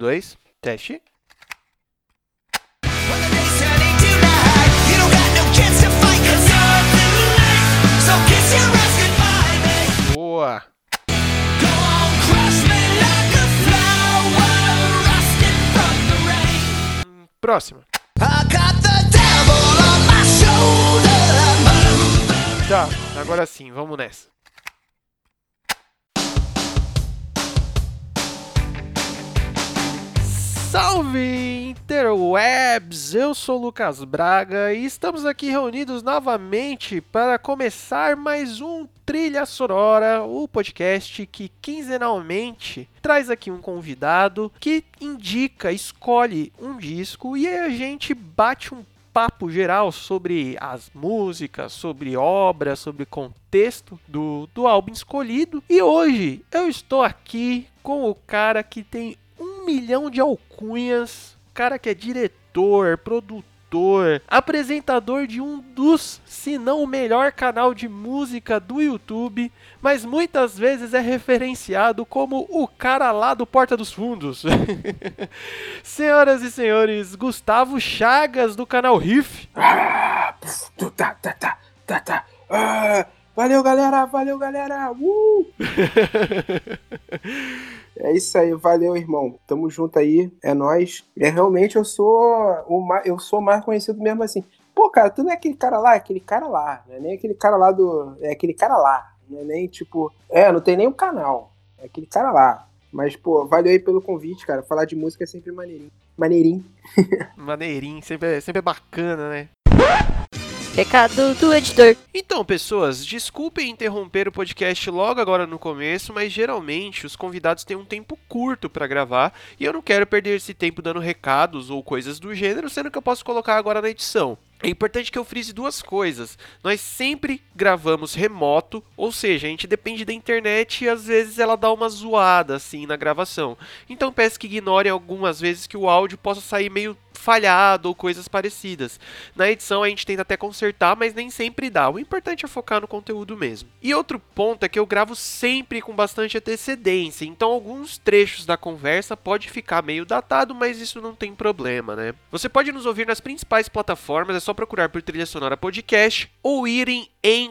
2, teste. Boa! Próxima. Tá, agora sim, vamos nessa. Salve interwebs! Eu sou o Lucas Braga e estamos aqui reunidos novamente para começar mais um Trilha Sonora, o podcast que quinzenalmente traz aqui um convidado que indica, escolhe um disco e aí a gente bate um papo geral sobre as músicas, sobre obras, sobre contexto do álbum escolhido. E hoje eu estou aqui com o cara que tem 1 milhão de alcunhas, cara que é diretor, produtor, apresentador de um dos, se não o melhor canal de música do YouTube, mas muitas vezes é referenciado como o cara lá do Porta dos Fundos. Senhoras e senhores, Gustavo Chagas do canal Riff. Valeu galera! É isso aí, valeu irmão, tamo junto aí, é nóis. Realmente eu sou mais conhecido mesmo assim. Pô cara, tu não é aquele cara lá, não é nem aquele cara lá é aquele cara lá, não é nem tipo, não tem nem um canal, é aquele cara lá. Mas pô, valeu aí pelo convite, cara, falar de música é sempre maneirinho. Maneirinho, sempre é bacana, né? Recado do editor. Então, pessoas, desculpem interromper o podcast logo agora no começo, mas geralmente os convidados têm um tempo curto para gravar e eu não quero perder esse tempo dando recados ou coisas do gênero, sendo que eu posso colocar agora na edição. É importante que eu frise duas coisas. Nós sempre gravamos remoto, ou seja, a gente depende da internet e às vezes ela dá uma zoada assim na gravação. Então peço que ignorem algumas vezes que o áudio possa sair meio falhado ou coisas parecidas. Na edição a gente tenta até consertar, mas nem sempre dá. O importante é focar no conteúdo mesmo. E outro ponto é que eu gravo sempre com bastante antecedência, então alguns trechos da conversa pode ficar meio datado, mas isso não tem problema, né? Você pode nos ouvir nas principais plataformas, é só procurar por Trilha Sonora Podcast ou ir em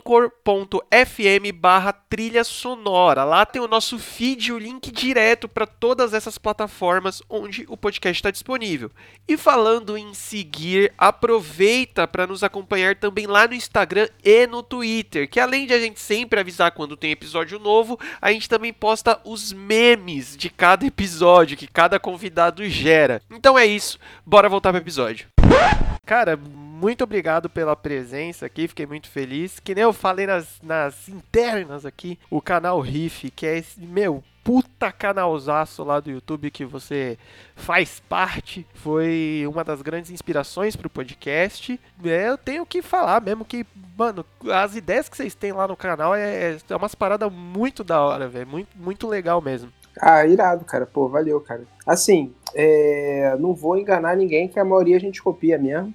anchor.fm/trilha sonora. Lá tem o nosso feed e o link direto para todas essas plataformas onde o podcast está disponível. E falando em seguir, aproveita para nos acompanhar também lá no Instagram e no Twitter, que além de a gente sempre avisar quando tem episódio novo, a gente também posta os memes de cada episódio que cada convidado gera. Então é isso, bora voltar para o episódio. Cara, muito obrigado pela presença aqui, fiquei muito feliz. Que nem eu falei nas internas aqui, o canal Riff, que é esse, puta canalzaço lá do YouTube que você faz parte, foi uma das grandes inspirações pro podcast. Eu tenho que falar mesmo que, mano, as ideias que vocês têm lá no canal é umas paradas muito da hora, velho, muito legal mesmo. Ah, irado, cara, pô, valeu, cara. Assim, não vou enganar ninguém que a maioria a gente copia mesmo.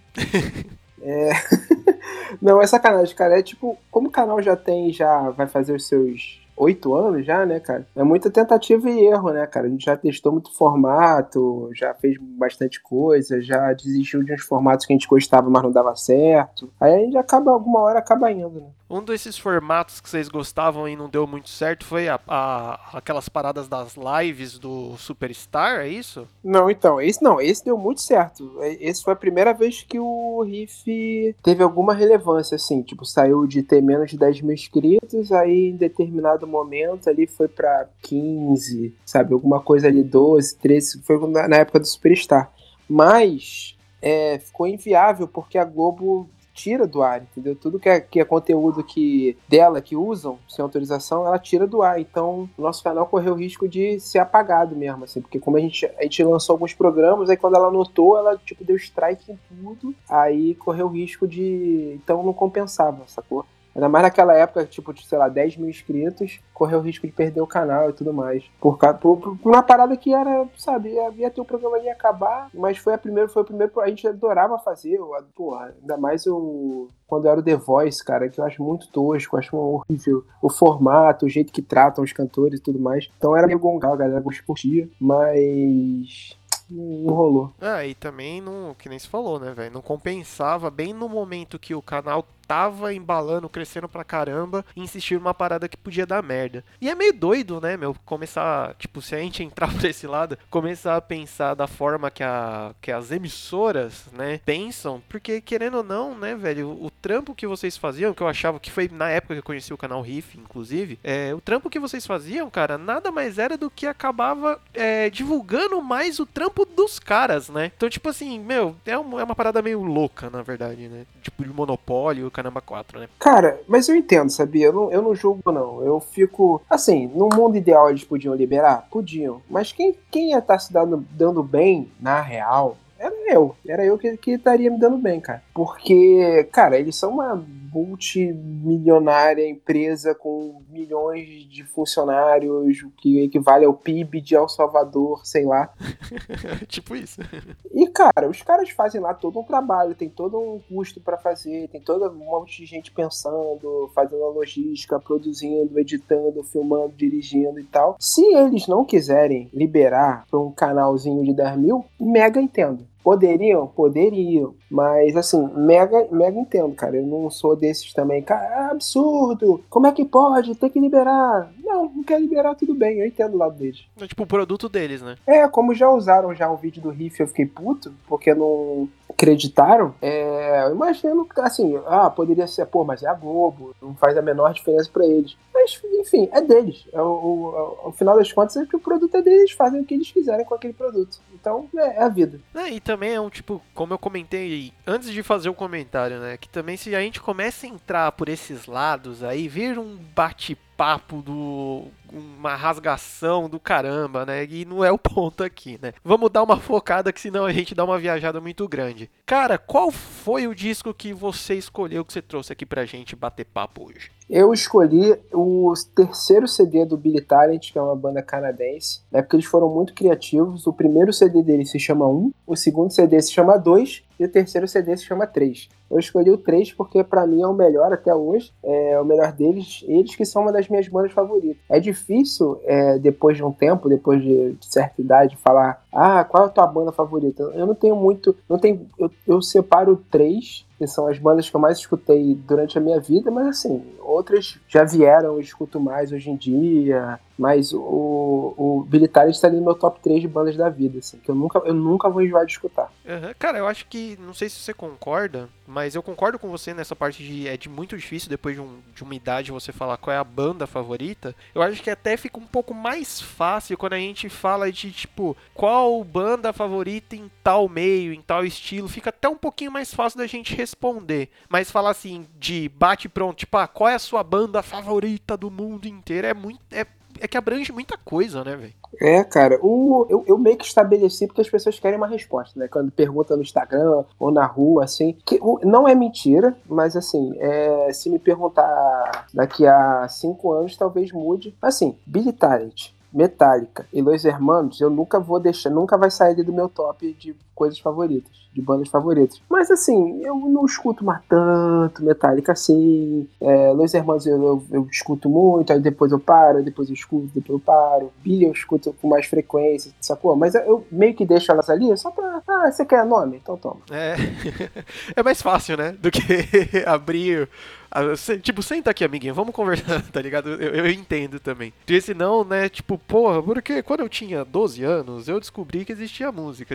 Não, é sacanagem, cara, é tipo, como o canal já vai fazer os seus 8 anos já, né, cara? É muita tentativa e erro, né, cara? A gente já testou muito formato, já fez bastante coisa, já desistiu de uns formatos que a gente gostava, mas não dava certo. Aí a gente alguma hora acaba indo, né? Um desses formatos que vocês gostavam e não deu muito certo foi aquelas paradas das lives do Superstar, é isso? Não, então, esse deu muito certo. Esse foi a primeira vez que o Riff teve alguma relevância, assim, tipo, saiu de ter menos de 10 mil inscritos, aí em determinado momento ali foi pra 15, sabe, alguma coisa ali, 12, 13, foi na época do Superstar. Mas ficou inviável porque a Globo tira do ar, entendeu? Tudo que é conteúdo dela que usam sem autorização, ela tira do ar. Então, o nosso canal correu o risco de ser apagado mesmo, assim, porque como a gente lançou alguns programas, aí quando ela notou, ela, tipo, deu strike em tudo, aí correu o risco então não compensava, sacou? Ainda mais naquela época, tipo, de, sei lá, 10 mil inscritos, correu o risco de perder o canal e tudo mais. Por uma parada que era, sabe, ia ter o programa ia acabar, mas foi o primeiro, a gente adorava fazer, porra, ainda mais quando era o The Voice, cara, que eu acho muito tosco, acho horrível o formato, o jeito que tratam os cantores e tudo mais. Então era meio gongal, a galera curtia, mas não rolou. E também, não, que nem se falou, né, velho? Não compensava bem no momento que o canal tava embalando, crescendo pra caramba, e insistir numa parada que podia dar merda. E é meio doido, né, meu? Começar, tipo, se a gente entrar por esse lado, começar a pensar da forma que as emissoras, né, pensam, porque querendo ou não, né, velho, o trampo que vocês faziam, que eu achava que foi na época que eu conheci o canal Riff, inclusive, o trampo que vocês faziam, cara, nada mais era do que acabava divulgando mais o trampo dos caras, né? Então, tipo assim, meu, é uma parada meio louca, na verdade, né? Tipo, de monopólio, caramba 4, né? Cara, mas eu entendo, sabia? Eu não julgo, não. Eu fico. Assim, no mundo ideal eles podiam liberar? Podiam. Mas quem ia estar se dando bem, na real, era eu. Era eu que estaria me dando bem, cara. Porque, cara, eles são uma multimilionária empresa com milhões de funcionários, o que equivale ao PIB de El Salvador, sei lá. Tipo isso. E, cara, os caras fazem lá todo um trabalho, tem todo um custo pra fazer, tem todo um monte de gente pensando, fazendo a logística, produzindo, editando, filmando, dirigindo e tal. Se eles não quiserem liberar pra um canalzinho de 10 mil, mega entendo. Poderiam? Poderiam. Mas, assim, mega entendo, cara. Eu não sou desses também. Cara, é absurdo. Como é que pode? Tem que liberar. Não quer liberar, tudo bem. Eu entendo o lado deles. É tipo o produto deles, né? Como já usaram já o vídeo do Riff, eu fiquei puto, porque não acreditaram. Eu imagino, assim, poderia ser, mas é a Globo. Não faz a menor diferença pra eles. Mas, enfim, é deles. Ao final das contas, o produto é deles. Fazem o que eles quiserem com aquele produto. Então, é a vida. E também é um tipo, como eu comentei antes de fazer o comentário, né? Que também se a gente começa a entrar por esses lados aí, vir um bate-papo uma rasgação do caramba, né? E não é o ponto aqui, né? Vamos dar uma focada que senão a gente dá uma viajada muito grande. Cara, qual foi o disco que você escolheu, que você trouxe aqui pra gente bater papo hoje? Eu escolhi o terceiro CD do Billy Talent, que é uma banda canadense, porque eles foram muito criativos. O primeiro CD deles se chama 1, o segundo CD se chama 2 e o terceiro CD se chama 3. Eu escolhi o 3 porque pra mim é o melhor até hoje, é o melhor deles, eles que são uma das minhas bandas favoritas. É difícil, depois de um tempo, depois de certa idade, falar, qual é a tua banda favorita? Eu não tenho muito, eu separo 3, que são as bandas que eu mais escutei durante a minha vida, mas assim, outras já vieram, eu escuto mais hoje em dia, mas o Billy Talent está ali no meu top 3 de bandas da vida, assim, que eu nunca vou enjoar de escutar. Cara, eu acho que, não sei se você concorda, mas eu concordo com você nessa parte de muito difícil depois de uma idade você falar qual é a banda favorita. Eu acho que até fica um pouco mais fácil quando a gente fala de, tipo, qual banda favorita em tal meio, em tal estilo, fica até um pouquinho mais fácil da gente responder. Mas falar assim, de bate pronto, tipo, qual é a sua banda favorita do mundo inteiro, é que abrange muita coisa, né, velho? Cara, eu meio que estabeleci porque as pessoas querem uma resposta, né? Quando pergunta no Instagram ou na rua, assim, que não é mentira, mas assim, se me perguntar daqui a 5 anos, talvez mude. Assim, Billy Talent, Metallica e Los Hermanos, eu nunca vai sair do meu top de coisas favoritas, de bandas favoritas. Mas assim, eu não escuto mais tanto Metallica assim. Los Hermanos eu escuto muito, aí depois eu paro, depois eu escuto, depois eu paro. Billy eu escuto com mais frequência, sacou? Mas eu meio que deixo elas ali só pra. Você quer nome? Então toma. É mais fácil, né? Do que abrir. Tipo, senta aqui, amiguinho, vamos conversar, tá ligado? Eu entendo também. Porque senão, né, tipo, porra, porque quando eu tinha 12 anos, eu descobri que existia música.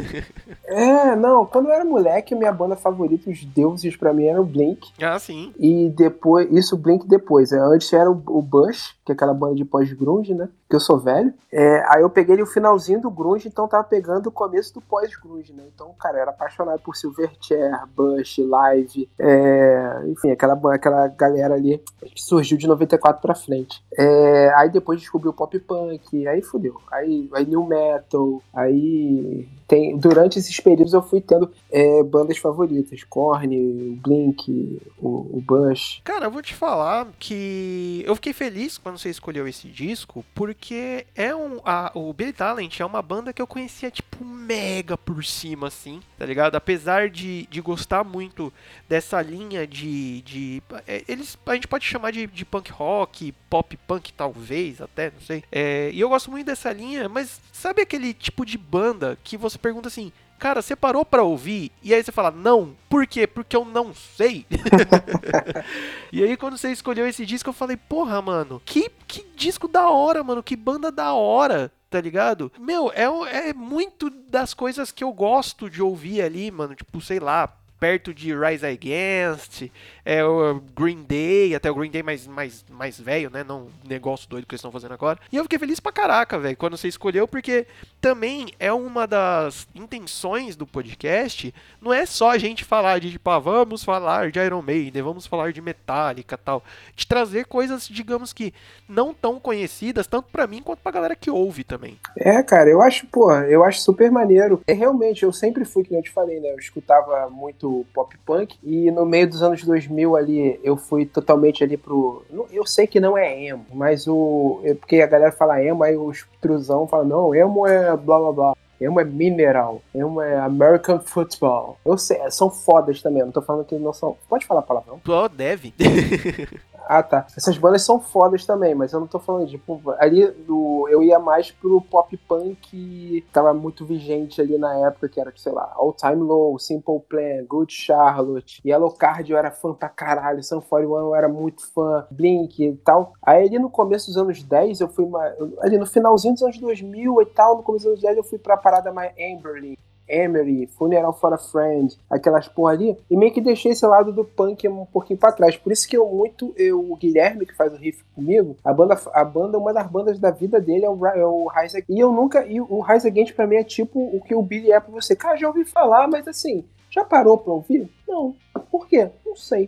Não, quando eu era moleque, minha banda favorita, os deuses pra mim, era o Blink. Sim. E depois, isso o Blink depois. Antes era o Bush, que é aquela banda de pós-grunge, né? Que eu sou velho. Aí eu peguei o finalzinho do grunge, então tava pegando o começo do pós-grunge, né? Então, cara, eu era apaixonado por Silverchair, Bush, Live, enfim, aquela galera ali que surgiu de 94 pra frente. Aí depois descobri o pop punk, aí fudeu. Aí new metal, aí durante esses períodos eu fui tendo bandas favoritas, Korn, o Blink, o Bush. Cara, eu vou te falar que eu fiquei feliz quando você escolheu esse disco, porque o Billy Talent é uma banda que eu conhecia, tipo, mega por cima, assim, tá ligado? Apesar de gostar muito dessa linha de a gente pode chamar de punk rock, pop punk talvez, até, não sei. E eu gosto muito dessa linha, mas sabe aquele tipo de banda que você pergunta assim, cara, você parou pra ouvir? E aí você fala, não. Por quê? Porque eu não sei. E aí quando você escolheu esse disco, eu falei, porra, mano, que disco da hora, mano, que banda da hora. Tá ligado? Meu, é muito das coisas que eu gosto de ouvir ali, mano. Tipo, sei lá, perto de Rise Against, o Green Day, até o Green Day mais velho, né? Não um negócio doido que eles estão fazendo agora. E eu fiquei feliz pra caraca, velho, quando você escolheu, porque também é uma das intenções do podcast. Não é só a gente falar de, tipo, vamos falar de Iron Maiden, vamos falar de Metallica e tal. De trazer coisas, digamos que, não tão conhecidas, tanto pra mim quanto pra galera que ouve também. Cara, eu acho super maneiro. Realmente, eu sempre fui, que eu te falei, né? Eu escutava muito pop punk e no meio dos anos 2000 ali, eu fui totalmente ali pro... Eu sei que não é emo, mas porque a galera fala emo, aí os truzão falam, não, emo é blá blá blá. Emo é mineral, emo é American football. Eu sei, são fodas também, não tô falando que não são... Pode falar palavrão? Deve. Ah, tá. Essas bandas são fodas também, mas eu não tô falando, tipo, ali eu ia mais pro pop punk que tava muito vigente ali na época, que era, sei lá, All Time Low, Simple Plan, Good Charlotte, Yellowcard eu era fã pra caralho, Sum 41 eu era muito fã, Blink e tal. Aí ali no começo dos anos 10 eu fui ali no finalzinho dos anos 2000 e tal, no começo dos anos 10 eu fui pra parada mais Amberley, Emery, Funeral for a Friend, aquelas porra ali, e meio que deixei esse lado do punk um pouquinho pra trás. Por isso que o Guilherme, que faz o riff comigo, a banda, uma das bandas da vida dele é o Rise Against. E o Rise Against pra mim é tipo o que o Billy é pra você. Cara, já ouvi falar, mas assim, já parou pra ouvir? Não. Por quê? Não sei.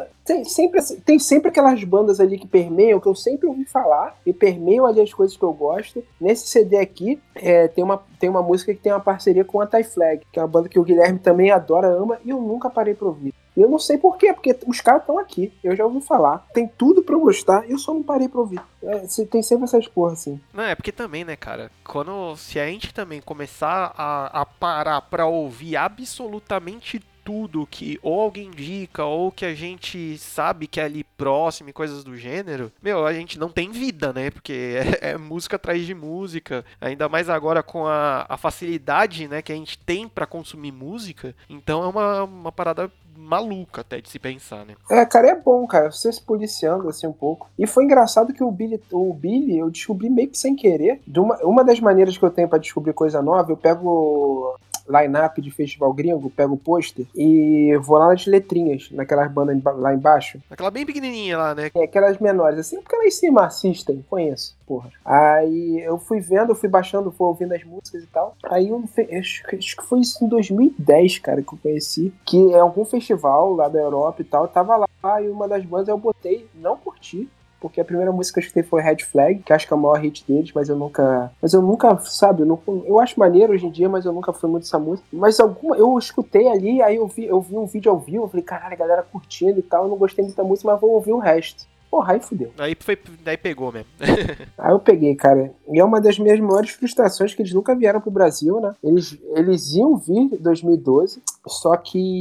Tem sempre aquelas bandas ali que permeiam, que eu sempre ouvi falar, e permeiam ali as coisas que eu gosto. Nesse CD aqui, tem uma música que tem uma parceria com a Anti-Flag, que é uma banda que o Guilherme também adora, ama, e eu nunca parei pra ouvir. E eu não sei por quê, porque os caras estão aqui, eu já ouvi falar, tem tudo pra eu gostar, e eu só não parei pra ouvir. Tem sempre essas porra assim. Não, é porque também, né, cara, se a gente também começar a parar pra ouvir absolutamente tudo que ou alguém indica ou que a gente sabe que é ali próximo e coisas do gênero, meu, a gente não tem vida, né? Porque é música atrás de música, ainda mais agora com a facilidade, né, que a gente tem pra consumir música, então é uma parada maluca até de se pensar, né? Cara, é bom, cara, você se policiando assim um pouco. E foi engraçado que o Billy eu descobri meio que sem querer. Uma das maneiras que eu tenho pra descobrir coisa nova, eu pego line-up de festival gringo, pego o pôster e vou lá nas letrinhas, naquelas bandas lá embaixo. Aquela bem pequenininha lá, né? Aquelas menores, assim, porque lá em cima assistem, conheço, porra. Aí eu fui vendo, eu fui baixando, fui ouvindo as músicas e tal. Aí acho que foi isso em 2010, cara, que eu conheci, que é algum festival lá da Europa e tal, tava lá e uma das bandas eu botei, não curti, porque a primeira música que eu escutei foi Red Flag, que acho que é o maior hit deles, mas eu nunca, sabe, eu acho maneiro hoje em dia, mas eu nunca fui muito essa música. Mas eu escutei ali, aí eu vi um vídeo ao vivo, eu falei, caralho, a galera curtindo e tal, eu não gostei muito da música, mas vou ouvir o resto. Porra, aí fudeu. Daí pegou mesmo. Aí eu peguei, cara. E é uma das minhas maiores frustrações que eles nunca vieram pro Brasil, né? Eles iam vir em 2012, só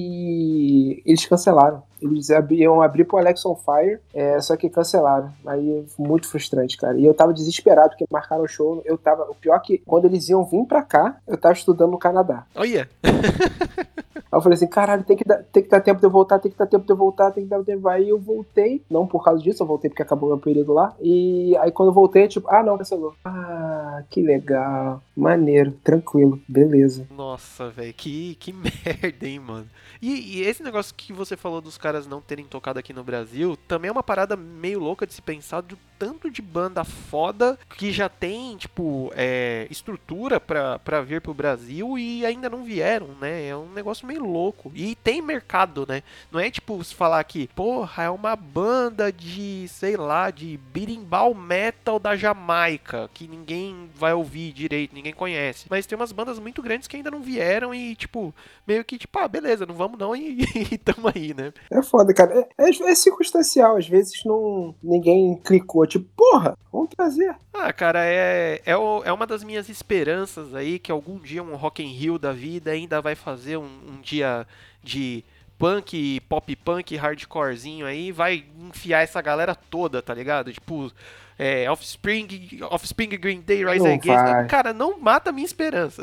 que eles cancelaram. Eles iam abrir pro Alex on Fire, só que cancelaram. Aí muito frustrante, cara. E eu tava desesperado, porque marcaram o show. O pior que quando eles iam vir pra cá, eu tava estudando no Canadá. Olha! Aí eu falei assim, caralho, tem que dar tempo de eu voltar, tem que dar tempo de eu voltar, tem que dar tempo. Aí eu voltei, não por causa disso, eu voltei porque acabou meu período lá. E aí quando eu voltei, tipo, não, cancelou. Que legal, maneiro, tranquilo, beleza. Nossa, velho, que merda, hein, mano. E esse negócio que você falou dos caras não terem tocado aqui no Brasil, também é uma parada meio louca de se pensar do tanto de banda foda que já tem, tipo, estrutura pra vir pro Brasil e ainda não vieram, né? É um negócio meio louco. E tem mercado, né? Não é tipo se falar que, porra, é uma banda de, sei lá, de berimbau metal da Jamaica, que ninguém vai ouvir direito, ninguém conhece. Mas tem umas bandas muito grandes que ainda não vieram e, tipo, meio que, tipo, beleza, não vamos não e tamo aí, né? É foda, cara. É circunstancial, às vezes ninguém clicou, tipo, porra, vamos trazer. Cara, é uma das minhas esperanças aí, que algum dia um Rock in Rio da vida ainda vai fazer um dia de punk, pop punk, hardcorezinho aí, vai enfiar essa galera toda, tá ligado? Tipo, Offspring, Green Day, Rise Não Against. vai. Cara, não mata a minha esperança.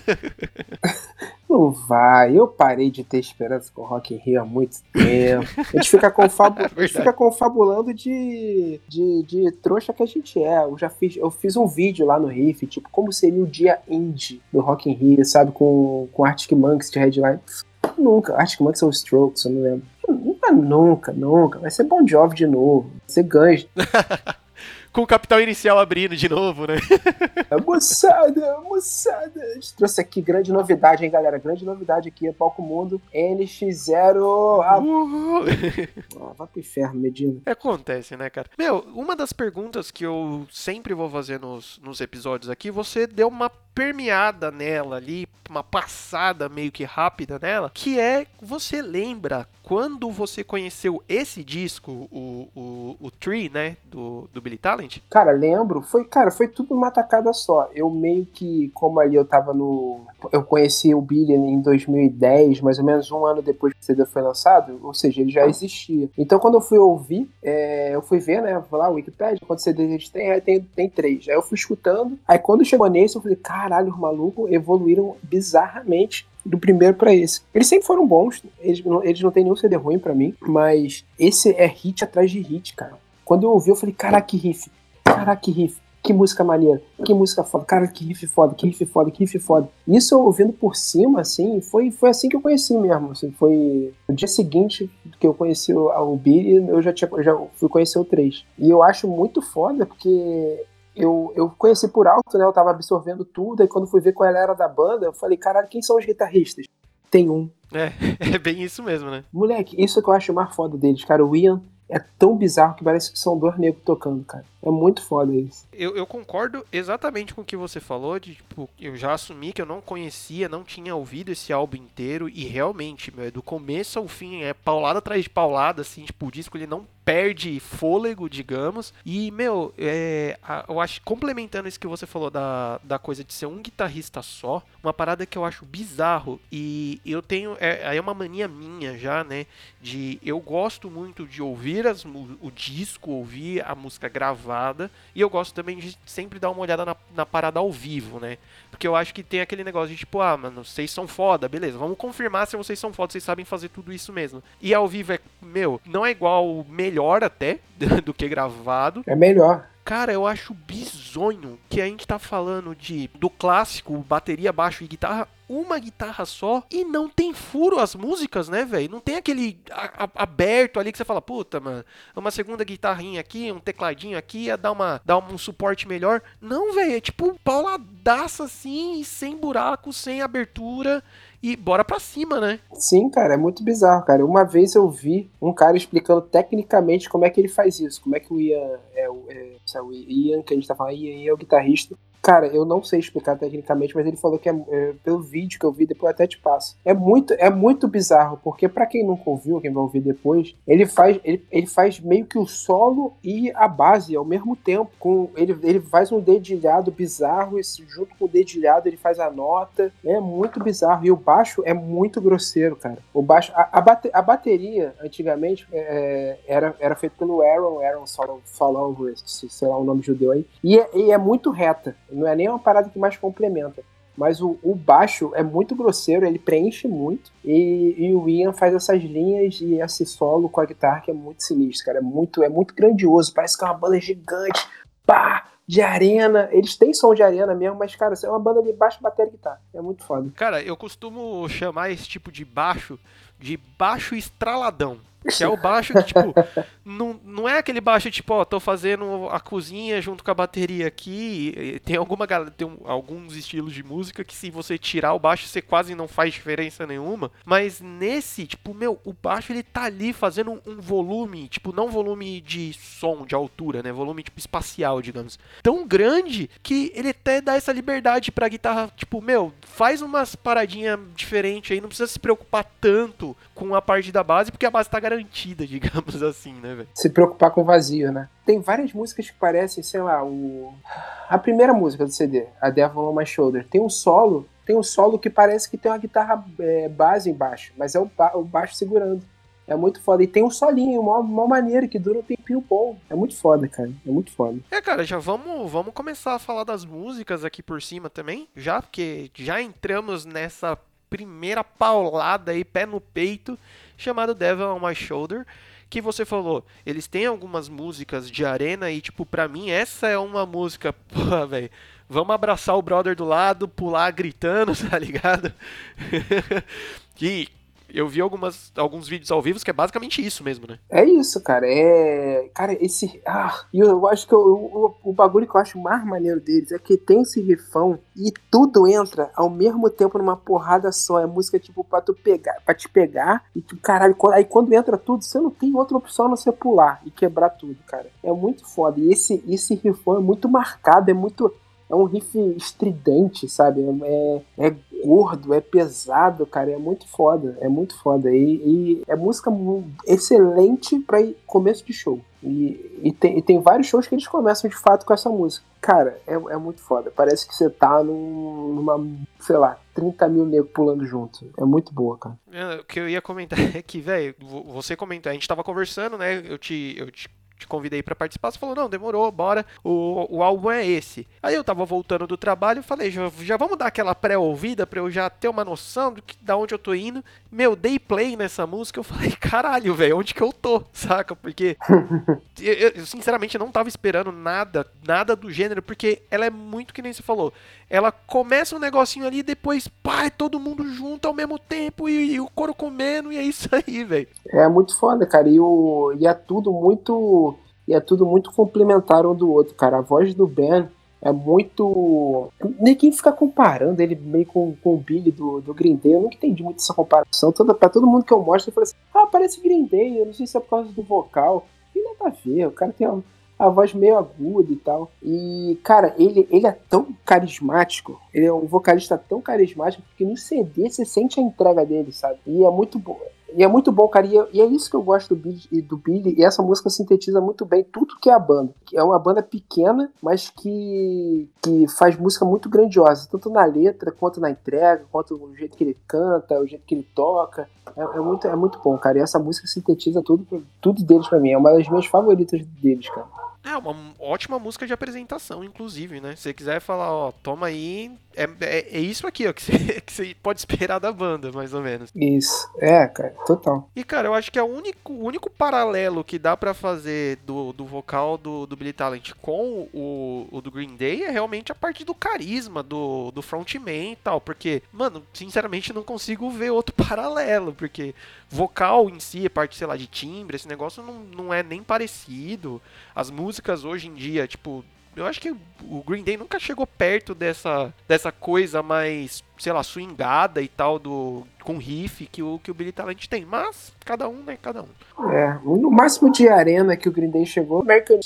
Não vai, eu parei de ter esperança com o Rock in Rio há muito tempo. A gente fica, confabulando de trouxa que a gente é. Eu fiz um vídeo lá no Riff, tipo, como seria o dia indie do Rock in Rio, sabe, com Arctic Monkeys de headline. Nunca, Arctic Monkeys ou Strokes, eu não lembro. Nunca. Vai ser Bon Jovi de novo, vai ser Guns. Com o Capital Inicial abrindo de novo, né? Moçada, a gente trouxe aqui grande novidade, hein, galera? Grande novidade aqui, Palco Mundo, NX0. Vai pro inferno, Medina. Acontece, né, cara? Meu, uma das perguntas que eu sempre vou fazer nos episódios aqui, você deu uma permeada nela ali, uma passada meio que rápida nela, que é, você lembra quando você conheceu esse disco, o Tree, né, do Billy Talent? Cara, lembro, foi tudo uma tacada só. Eu meio que, como ali eu conheci o Billy em 2010, mais ou menos um ano depois que o CD foi lançado, ou seja, ele já existia. Então quando eu fui ouvir, eu fui ver, né, vou lá, o Wikipedia, quantos CDs eles têm, aí tem 3. Aí eu fui escutando, aí quando chegou nesse, eu falei, caralho, os malucos evoluíram bizarramente do primeiro pra esse. Eles sempre foram bons, eles não tem nenhum CD ruim pra mim, mas esse é hit atrás de hit, cara. Quando eu ouvi, eu falei, caraca, que riff, que música maneira, que música foda, cara, que riff foda. Isso eu ouvindo por cima, assim, foi assim que eu conheci mesmo, assim, foi no dia seguinte que eu conheci o Billy, eu já fui conhecer o 3. E eu acho muito foda, porque eu conheci por alto, né, eu tava absorvendo tudo, aí quando fui ver qual era da banda, eu falei, caralho, quem são os guitarristas? Tem um. É bem isso mesmo, né? Moleque, isso é que eu acho mais foda deles, cara, o Ian é tão bizarro que parece que são 2 negros tocando, cara. É muito foda isso. Eu concordo exatamente com o que você falou, de tipo, eu já assumi que eu não conhecia, não tinha ouvido esse álbum inteiro, e realmente, meu, do começo ao fim, é paulada atrás de paulada, assim, tipo, o disco ele não perde fôlego, digamos, e, meu, eu acho, complementando isso que você falou da coisa de ser um guitarrista só, uma parada que eu acho bizarro, e eu tenho, é uma mania minha já, né, eu gosto muito de ouvir o disco, ouvir a música gravada, e eu gosto também de sempre dar uma olhada na parada ao vivo, né? Porque eu acho que tem aquele negócio de tipo, mano, vocês são foda, beleza, vamos confirmar se vocês são foda, vocês sabem fazer tudo isso mesmo. E ao vivo não é igual, melhor até, do que gravado. É melhor. Cara, eu acho bizonho que a gente tá falando do clássico, bateria, baixo e guitarra, uma guitarra só, e não tem furo as músicas, né, velho? Não tem aquele aberto ali que você fala, puta, mano, uma segunda guitarrinha aqui, um tecladinho aqui, ia dar um suporte melhor. Não, velho, é tipo pauladaça assim, sem buraco, sem abertura, e bora pra cima, né? Sim, cara, é muito bizarro, cara. Uma vez eu vi um cara explicando tecnicamente como é que ele faz isso, como é que o Ian o Ian que a gente tá falando, Ian é o guitarrista. Cara, eu não sei explicar tecnicamente, mas ele falou que pelo vídeo que eu vi, depois eu até te passo. É muito bizarro, porque pra quem nunca ouviu, quem vai ouvir depois, ele faz meio que o solo e a base ao mesmo tempo. Ele faz um dedilhado bizarro, e junto com o dedilhado ele faz a nota. É muito bizarro. E o baixo é muito grosseiro, cara. O baixo, a bateria, antigamente, era feita pelo Aaron Solomon, sei lá o nome judeu aí. E é muito reta. Não é nem uma parada que mais complementa. Mas o baixo é muito grosseiro, ele preenche muito. E o Ian faz essas linhas e esse solo com a guitarra que é muito sinistro, cara. É muito grandioso, parece que é uma banda gigante. Pá! De arena. Eles têm som de arena mesmo, mas, cara, é uma banda de baixo, bateria e guitarra. É muito foda. Cara, eu costumo chamar esse tipo de baixo estraladão. Que é o baixo que, tipo, não é aquele baixo, tipo, ó, tô fazendo a cozinha junto com a bateria aqui. Tem alguns estilos de música que se você tirar o baixo, você quase não faz diferença nenhuma. Mas nesse, tipo, o baixo ele tá ali fazendo um volume, tipo, não volume de som, de altura, né? Volume, tipo, espacial, digamos. Tão grande que ele até dá essa liberdade pra guitarra, tipo, faz umas paradinhas diferentes aí, não precisa se preocupar tanto com a parte da base, porque a base tá garantida, digamos assim, né, velho? Se preocupar com o vazio, né? Tem várias músicas que parecem, sei lá, a primeira música do CD, A Devil on My Shoulder, tem um solo tem um solo que parece que tem uma guitarra base embaixo, mas é o baixo segurando. É muito foda. E tem um solinho, uma maneira que dura um tempinho bom. É muito foda, cara. É muito foda. Cara, já vamos começar a falar das músicas aqui por cima também, já, porque já entramos nessa primeira paulada aí, pé no peito, chamado Devil on My Shoulder, que você falou, eles têm algumas músicas de arena e, tipo, pra mim, essa é uma música, porra, velho, vamos abraçar o brother do lado, pular gritando, tá ligado? Que eu vi alguns vídeos ao vivo que é basicamente isso mesmo, né? É isso, cara. Cara, esse... E eu acho que o bagulho que eu acho mais maneiro deles é que tem esse rifão e tudo entra ao mesmo tempo numa porrada só. É música, tipo, pra te pegar e, tipo, caralho, aí quando entra tudo, você não tem outra opção a não ser pular e quebrar tudo, cara. É muito foda. E esse rifão é muito marcado, é um riff estridente, sabe? É gordo, é pesado, cara. É muito foda. É muito foda. E é música excelente pra começo de show. E tem vários shows que eles começam de fato com essa música. Cara, é muito foda. Parece que você tá numa, sei lá, 30 mil negros pulando junto. É muito boa, cara. O que eu ia comentar é que, velho, você comentou, a gente tava conversando, né? Eu te convidei pra participar, você falou, não, demorou, bora, o álbum é esse. Aí eu tava voltando do trabalho e falei, já vamos dar aquela pré-ouvida pra eu já ter uma noção da onde eu tô indo. Dei play nessa música, eu falei, caralho, velho, onde que eu tô, saca? Porque eu sinceramente não tava esperando nada do gênero, porque ela é muito que nem você falou. Ela começa um negocinho ali, depois, pá, é todo mundo junto ao mesmo tempo e o couro comendo, e é isso aí, velho. É muito foda, cara, e é tudo muito complementar um do outro, cara. A voz do Ben é muito... Ninguém fica comparando ele meio com o Billy do Green Day. Eu nunca entendi muito essa comparação. Pra todo mundo que eu mostro, eu falo assim, parece Green Day, eu não sei se é por causa do vocal. E nada a ver, o cara tem a voz meio aguda e tal. E, cara, ele é tão carismático, ele é um vocalista tão carismático que no CD você sente a entrega dele, sabe? E é muito bom. E é muito bom, cara, e é isso que eu gosto do Billy, e essa música sintetiza muito bem tudo que é a banda. É uma banda pequena, mas que faz música muito grandiosa, tanto na letra, quanto na entrega, quanto o jeito que ele canta, o jeito que ele toca. É muito bom, cara, e essa música sintetiza tudo deles pra mim, é uma das minhas favoritas deles, cara. É uma ótima música de apresentação, inclusive, né? Se você quiser falar, ó, toma aí, é isso aqui, ó, que você pode esperar da banda, mais ou menos. Isso, cara, total. E, cara, eu acho que o único paralelo que dá pra fazer do vocal do Billy Talent com o do Green Day é realmente a parte do carisma, do frontman e tal, porque, mano, sinceramente não consigo ver outro paralelo, porque vocal em si, a parte, sei lá, de timbre, esse negócio não é nem parecido. As músicas hoje em dia, tipo, eu acho que o Green Day nunca chegou perto dessa coisa mais, sei lá, swingada e tal, com riff que o Billy Talent tem. Mas, cada um, né? Cada um. No máximo de arena que o Green Day chegou, American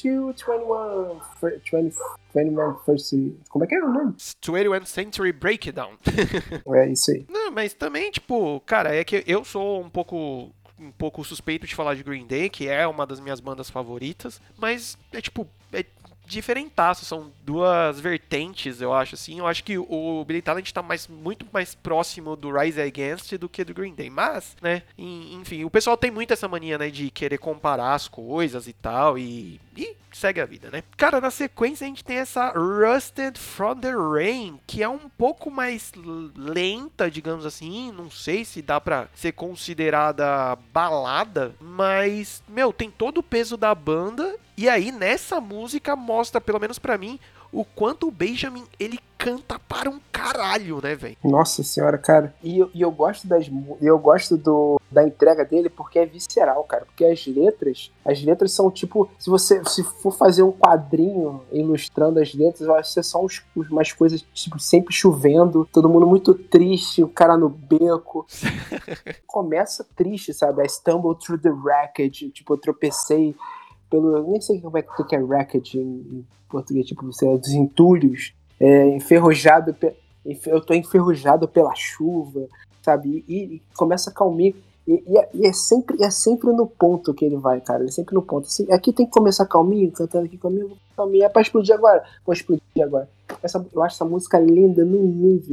21 First... Como é que é o nome? 21 Century Breakdown. É isso aí. Não, mas também, tipo, cara, é que eu sou um pouco suspeito de falar de Green Day, que é uma das minhas bandas favoritas, mas é tipo, diferentaço, são duas vertentes, eu acho, assim. Eu acho que o Billy Talent tá muito mais próximo do Rise Against do que do Green Day, mas, né, enfim, o pessoal tem muito essa mania, né, de querer comparar as coisas e tal, e segue a vida, né. Cara, na sequência a gente tem essa Rusted from the Rain, que é um pouco mais lenta, digamos assim, não sei se dá pra ser considerada balada, mas, tem todo o peso da banda. E aí, nessa música, mostra, pelo menos pra mim, o quanto o Benjamin, ele canta para um caralho, né, velho? Nossa senhora, cara. E eu gosto da entrega dele porque é visceral, cara. Porque as letras são tipo, se for fazer um quadrinho ilustrando as letras, eu acho que são umas coisas, tipo, sempre chovendo, todo mundo muito triste, o cara no beco. Começa triste, sabe? I stumbled through the wreckage, tipo, eu tropecei nem sei como é que é wreckage em português, tipo, dos entulhos, enferrujado, eu tô enferrujado pela chuva, sabe, e começa calminho, e é sempre no ponto que ele vai, cara, ele é sempre no ponto, assim, aqui tem que começar calminho, cantando aqui calminho, é pra explodir agora, vou explodir agora. Eu acho essa música linda num nível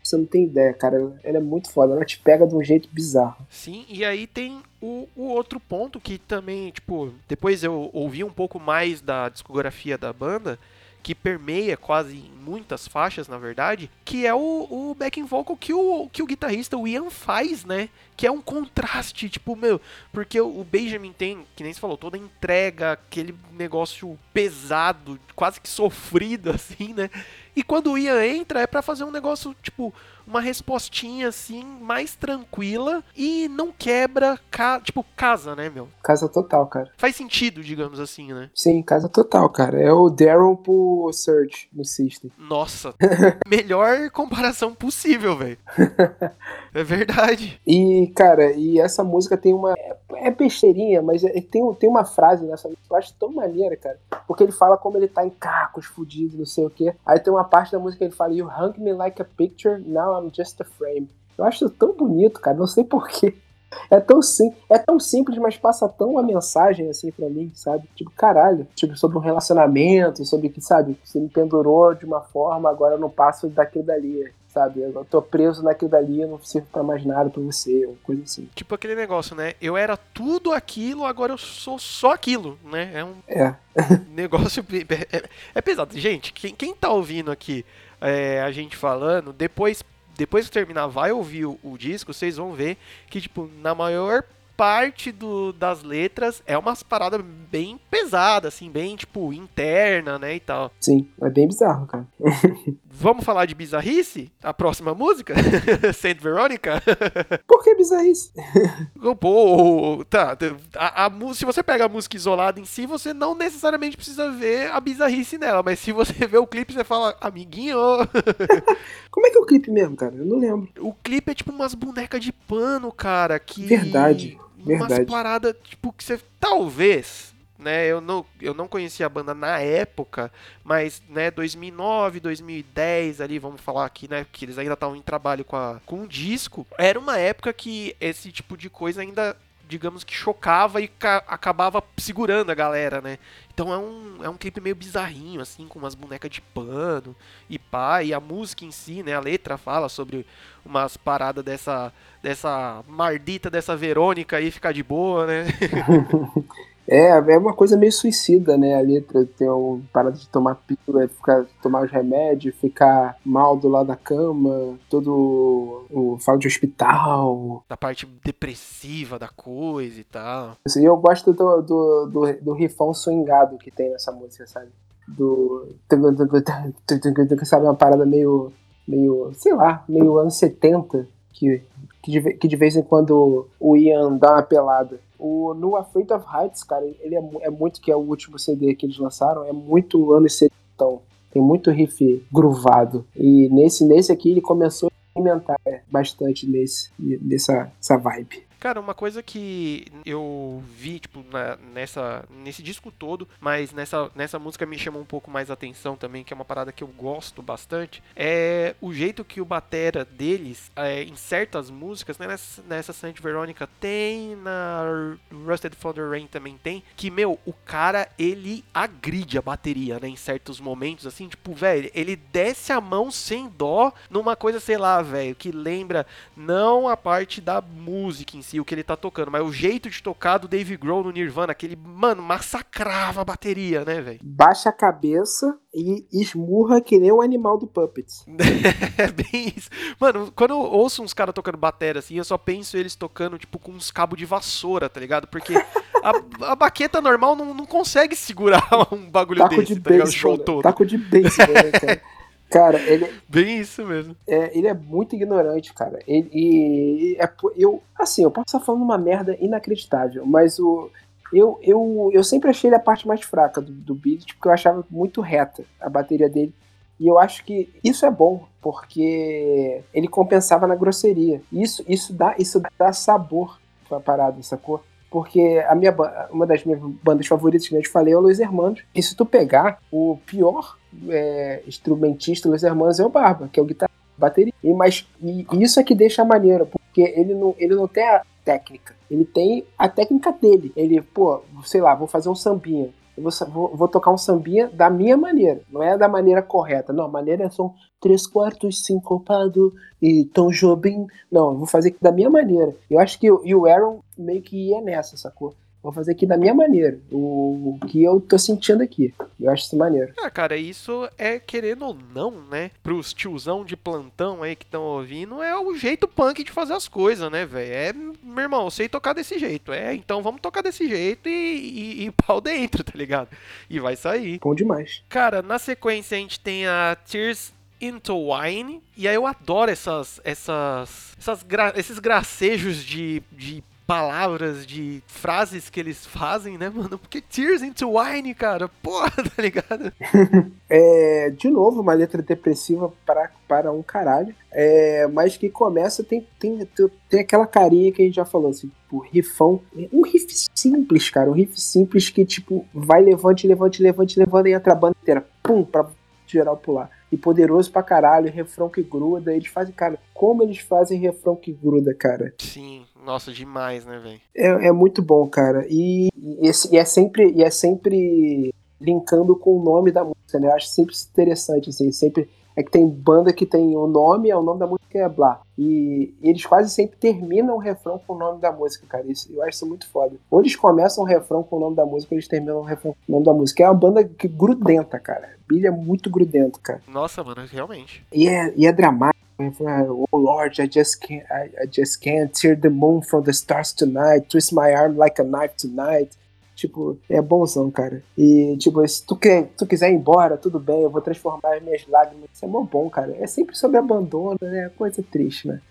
você não tem ideia, cara. Ela é muito foda, ela te pega de um jeito bizarro. Sim, e aí tem o outro ponto que também, tipo, depois eu ouvi um pouco mais da discografia da banda, que permeia quase em muitas faixas, na verdade, que é o backing vocal que o guitarrista, o Ian, faz, né? Que é um contraste, tipo, meu, porque o Benjamin tem, que nem você falou, toda a entrega, aquele negócio pesado, quase que sofrido, assim, né? E quando o Ian entra, é pra fazer um negócio, tipo, uma respostinha, assim, mais tranquila e não quebra, tipo, casa, né, meu? Casa total, cara. Faz sentido, digamos assim, né? Sim, casa total, cara. É o Daryl pro Surge no System. Nossa, melhor comparação possível, velho. É verdade. E, cara, e essa música tem uma... É besteirinha, mas tem uma frase nessa música que eu acho tão maneira, cara. Porque ele fala como ele tá em cacos, fudido, não sei o quê. Aí tem uma parte da música que ele fala: You hung me like a picture, now I'm just a frame. Eu acho isso tão bonito, cara, não sei porquê. É tão simples, mas passa tão uma mensagem assim pra mim, sabe? Tipo, caralho. Tipo, sobre um relacionamento, sobre que, sabe? Você me pendurou de uma forma, agora eu não passo daquilo dali, sabe? Eu tô preso naquilo dali, eu não sirvo pra mais nada pra você, uma coisa assim. Tipo aquele negócio, né? Eu era tudo aquilo, agora eu sou só aquilo, né? É um negócio... É pesado. Gente, quem tá ouvindo aqui a gente falando, depois que terminar, vai ouvir o disco, vocês vão ver que, tipo, na maior parte das letras é umas paradas bem pesadas, assim, bem, tipo, interna, né, e tal. Sim, é bem bizarro, cara. Vamos falar de bizarrice? A próxima música? Saint Veronica? Por que bizarrice? Pô, tá. Se você pega a música isolada em si, você não necessariamente precisa ver a bizarrice nela, mas se você vê o clipe, você fala, amiguinho. Como é que é o clipe mesmo, cara? Eu não lembro. O clipe é tipo umas bonecas de pano, cara, que... Verdade. Umas paradas, tipo, que você... Talvez, né, eu não conhecia a banda na época, mas, né, 2009, 2010 ali, vamos falar aqui, né, que eles ainda estavam em trabalho com o disco, era uma época que esse tipo de coisa ainda, digamos que chocava e acabava segurando a galera, né. Então é um clipe meio bizarrinho, assim, com umas bonecas de pano e pá, e a música em si, né, a letra fala sobre umas paradas dessa mardita, dessa Verônica aí ficar de boa, né. É uma coisa meio suicida, né? A letra tem uma parada de tomar pílula, tomar os remédios, ficar mal do lado da cama, fala de hospital. Da parte depressiva da coisa e tal. E eu gosto do rifão swingado que tem nessa música, sabe? Sabe, uma parada meio, sei lá, meio anos 70, que de vez em quando o Ian dá uma pelada. No Afraid of Heights, cara, ele é muito, que é o último CD que eles lançaram, é muito anos 70, então tem muito riff groovado. E nesse aqui ele começou a experimentar bastante nessa vibe. Cara, uma coisa que eu vi, tipo, nesse disco todo, mas nessa música me chamou um pouco mais a atenção também, que é uma parada que eu gosto bastante, é o jeito que o batera deles, em certas músicas, né, nessa Saint Veronica tem, na Rusted Thunder Rain também tem, que, meu, o cara, ele agride a bateria, né, em certos momentos, assim, tipo, velho, ele desce a mão sem dó numa coisa, sei lá, velho, que lembra não a parte da música em si, o que ele tá tocando, mas o jeito de tocar do Dave Grohl no Nirvana, aquele, mano, massacrava a bateria, né, velho? Baixa a cabeça e esmurra que nem o animal do Puppets. É bem isso. Mano, quando eu ouço uns caras tocando bateria assim, eu só penso eles tocando, tipo, com uns cabos de vassoura, tá ligado? Porque a baqueta normal não consegue segurar um bagulho taco desse, de tá ligado? O beisebol, show todo. Taco de beisebol, né, cara? Cara, ele... Bem isso mesmo. Ele é muito ignorante, cara. Eu posso estar falando uma merda inacreditável, mas eu sempre achei ele a parte mais fraca do Beat, porque eu achava muito reta a bateria dele. E eu acho que isso é bom, porque ele compensava na grosseria. Isso dá sabor pra parada, sacou? Porque uma das minhas bandas favoritas, que eu te falei, é o Los Hermanos. E se tu pegar, o pior instrumentista Los Hermanos é o Barba, que é o guitarrista, bateria. E isso é que deixa a maneira, porque ele não tem a técnica. Ele tem a técnica dele. Ele, sei lá, vou fazer um sambinha. vou tocar um sambinha da minha maneira, não é da maneira correta. Não, a maneira são 3/4 sincopado e Tom Jobim. Não, eu vou fazer aqui da minha maneira. Eu acho que o Aaron meio que ia nessa, sacou? Vou fazer aqui da minha maneira, o que eu tô sentindo aqui. Eu acho isso maneiro. Cara, isso é, querendo ou não, né? Pros tiozão de plantão aí que estão ouvindo, é o jeito punk de fazer as coisas, né, velho? É, meu irmão, eu sei tocar desse jeito. Então vamos tocar desse jeito e pau dentro, tá ligado? E vai sair. Bom demais. Cara, na sequência a gente tem a Tears Into Wine. E aí eu adoro esses gracejos de palavras, de frases que eles fazem, né, mano? Porque Tears Into Wine, cara, porra, tá ligado? De novo, uma letra depressiva para um caralho. Mas que começa, tem aquela carinha que a gente já falou, assim, tipo, riffão. Um riff simples, cara. Um riff simples que, tipo, vai levante e entra a banda inteira. Pum, pra geral pular. E poderoso pra caralho, refrão que gruda. Eles fazem, cara, como eles fazem refrão que gruda, cara. Sim, nossa, demais, né, velho? É muito bom, cara. E é sempre linkando com o nome da música, né? Eu acho sempre interessante, assim, sempre. É que tem banda que tem o nome da música é Blá. E eles quase sempre terminam o refrão com o nome da música, cara. Eu acho isso muito foda. Ou eles começam o refrão com o nome da música, ou eles terminam o refrão com o nome da música. É uma banda que grudenta, cara. Billy é muito grudento, cara. Nossa, mano, realmente. E é dramático. Oh Lord, I just can't tear the moon from the stars tonight, twist my arm like a knife tonight. Tipo, é bonzão, cara. E, tipo, se tu quiser ir embora, tudo bem, eu vou transformar as minhas lágrimas. Isso é mó bom, cara. É sempre sobre abandono, né? Coisa triste, né?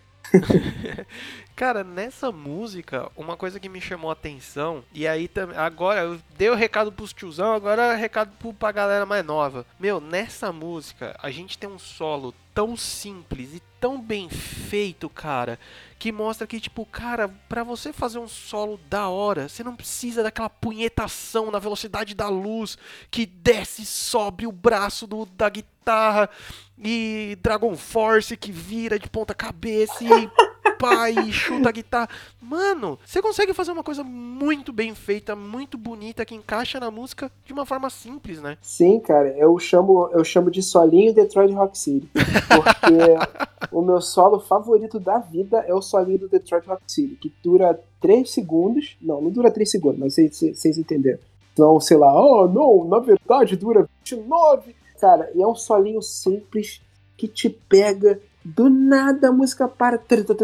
Cara, nessa música, uma coisa que me chamou a atenção, e aí agora eu dei o recado pros tiozão, agora é recado pra galera mais nova. Meu, nessa música, a gente tem um solo tão simples e tão bem feito, cara, que mostra que, tipo, cara, pra você fazer um solo da hora, você não precisa daquela punhetação na velocidade da luz que desce e sobe o braço da guitarra e Dragon Force que vira de ponta cabeça e pá, e chuta a guitarra. Mano, você consegue fazer uma coisa muito bem feita, muito bonita, que encaixa na música de uma forma simples, né? Sim, cara, eu chamo de solinho Detroit Rock City. Porque o meu solo favorito da vida é o solinho do Detroit Rock City, que dura 3 segundos. Não dura 3 segundos, mas vocês entenderam. Então, sei lá, não, na verdade dura 29. Cara, e é um solinho simples que te pega. Do nada a música para.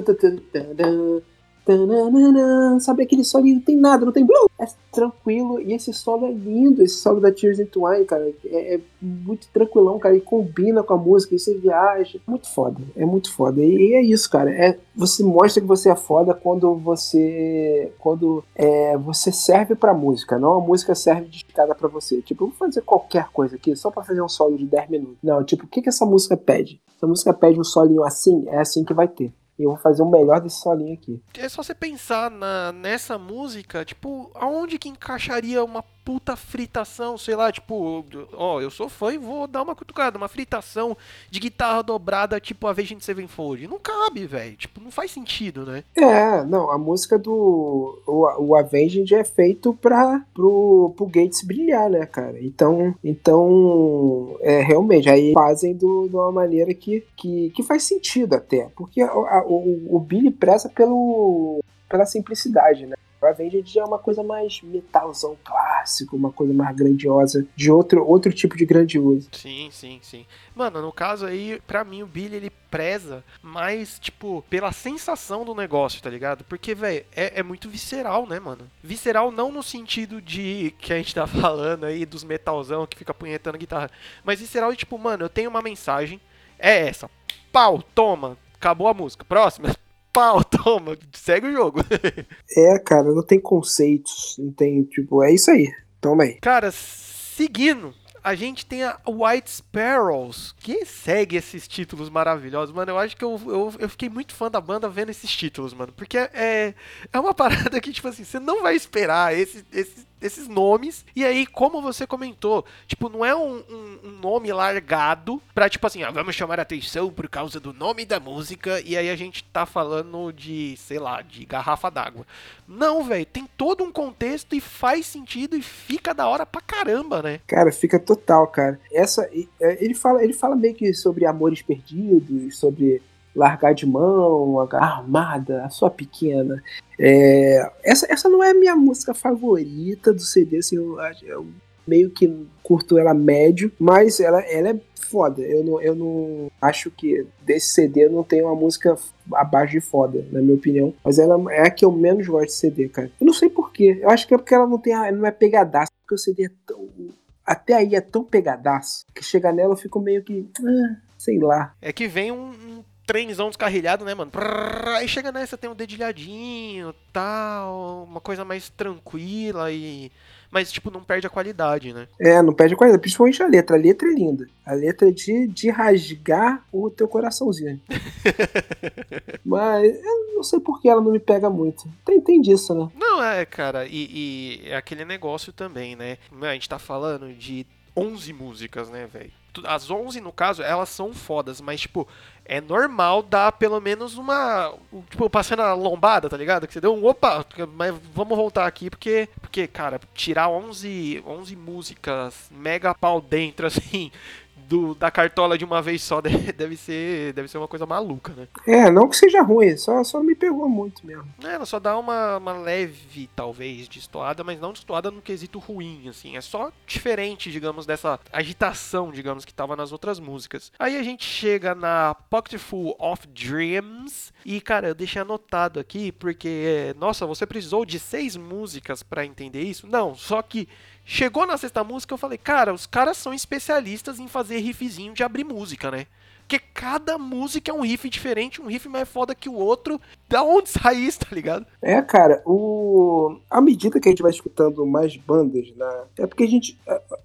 Sabe aquele solinho? Não tem nada, não tem. É tranquilo e esse solo é lindo. Esse solo da Tears Into Wine, cara, é muito tranquilão, cara. E combina com a música, e você viaja. Muito foda, é muito foda. E é isso, cara. Você mostra que você é foda quando você serve pra música, não a música serve de escada pra você. Tipo, eu vou fazer qualquer coisa aqui só pra fazer um solo de 10 minutos. Não, tipo, o que essa música pede? Se a música pede um solinho assim, é assim que vai ter. E eu vou fazer o melhor desse solinho aqui. É só você pensar nessa música, tipo, aonde que encaixaria uma puta fritação, sei lá, tipo, eu sou fã e vou dar uma cutucada, uma fritação de guitarra dobrada, tipo Avenged Sevenfold. Não cabe, velho, tipo, não faz sentido, né? Não, a música do o Avenged é feito pro Gates brilhar, né, cara? Então realmente, aí fazem de uma maneira que faz sentido até, porque o Billy preza pela simplicidade, né? O Avenged é uma coisa mais metalzão clássico, uma coisa mais grandiosa, de outro tipo de grandioso. Sim. Mano, no caso aí, pra mim, o Billy, ele preza mais, tipo, pela sensação do negócio, tá ligado? Porque, velho, é muito visceral, né, mano? Visceral não no sentido de que a gente tá falando aí dos metalzão que fica punhetando guitarra, mas visceral de, tipo, mano, eu tenho uma mensagem, é essa, pau, toma, acabou a música, próxima. Pau, toma, segue o jogo. Cara, não tem conceitos, não tem, tipo, é isso aí, toma aí. Cara, seguindo, a gente tem a White Sparrows, que segue esses títulos maravilhosos, mano. Eu acho que eu fiquei muito fã da banda vendo esses títulos, mano, porque é uma parada que, tipo assim, você não vai esperar esse desses nomes. E aí, como você comentou, tipo, não é um nome largado pra, tipo assim, vamos chamar a atenção por causa do nome da música. E aí a gente tá falando de, sei lá, de garrafa d'água. Não, velho, tem todo um contexto e faz sentido e fica da hora pra caramba, né? Cara, fica total, cara. Ele fala meio que sobre amores perdidos, sobre largar de mão, a armada, a sua pequena. Essa não é a minha música favorita do CD, assim, eu meio que curto ela médio, mas ela é foda. Eu não acho que desse CD não tem uma música abaixo de foda, na minha opinião. Mas ela é a que eu menos gosto de CD, cara. Eu não sei porquê. Eu acho que é porque ela não é pegadaço, porque o CD é tão... Até aí é tão pegadaço que chegar nela eu fico meio que... sei lá. É que vem um trenzão descarrilhado, né, mano? Aí chega nessa, tem um dedilhadinho, tal, uma coisa mais tranquila e... Mas, tipo, não perde a qualidade, né? Não perde a qualidade, principalmente a letra. A letra é linda. A letra é de rasgar o teu coraçãozinho. Mas eu não sei por que ela não me pega muito. Tem disso, né? Não, cara, e é aquele negócio também, né? A gente tá falando de 11 músicas, né, velho? As 11, no caso, elas são fodas, mas, tipo, é normal dar pelo menos uma... Tipo, passando a lombada, tá ligado? Que você deu um opa, mas vamos voltar aqui, porque cara, tirar 11 músicas mega pau dentro, assim... Da cartola de uma vez só deve ser uma coisa maluca, né? Não que seja ruim, só não me pegou muito mesmo. Ela só dá uma leve, talvez, destoada, mas não destoada no quesito ruim, assim. É só diferente, digamos, dessa agitação, digamos, que tava nas outras músicas. Aí a gente chega na Pocketful of Dreams e, cara, eu deixei anotado aqui porque, nossa, você precisou de 6 músicas pra entender isso? Não, só que chegou na 6ª música, eu falei, cara, os caras são especialistas em fazer riffzinho de abrir música, né? Porque cada música é um riff diferente, um riff mais foda que o outro. Da onde sai isso, tá ligado? Cara, à medida que a gente vai escutando mais bandas, né? É porque a gente...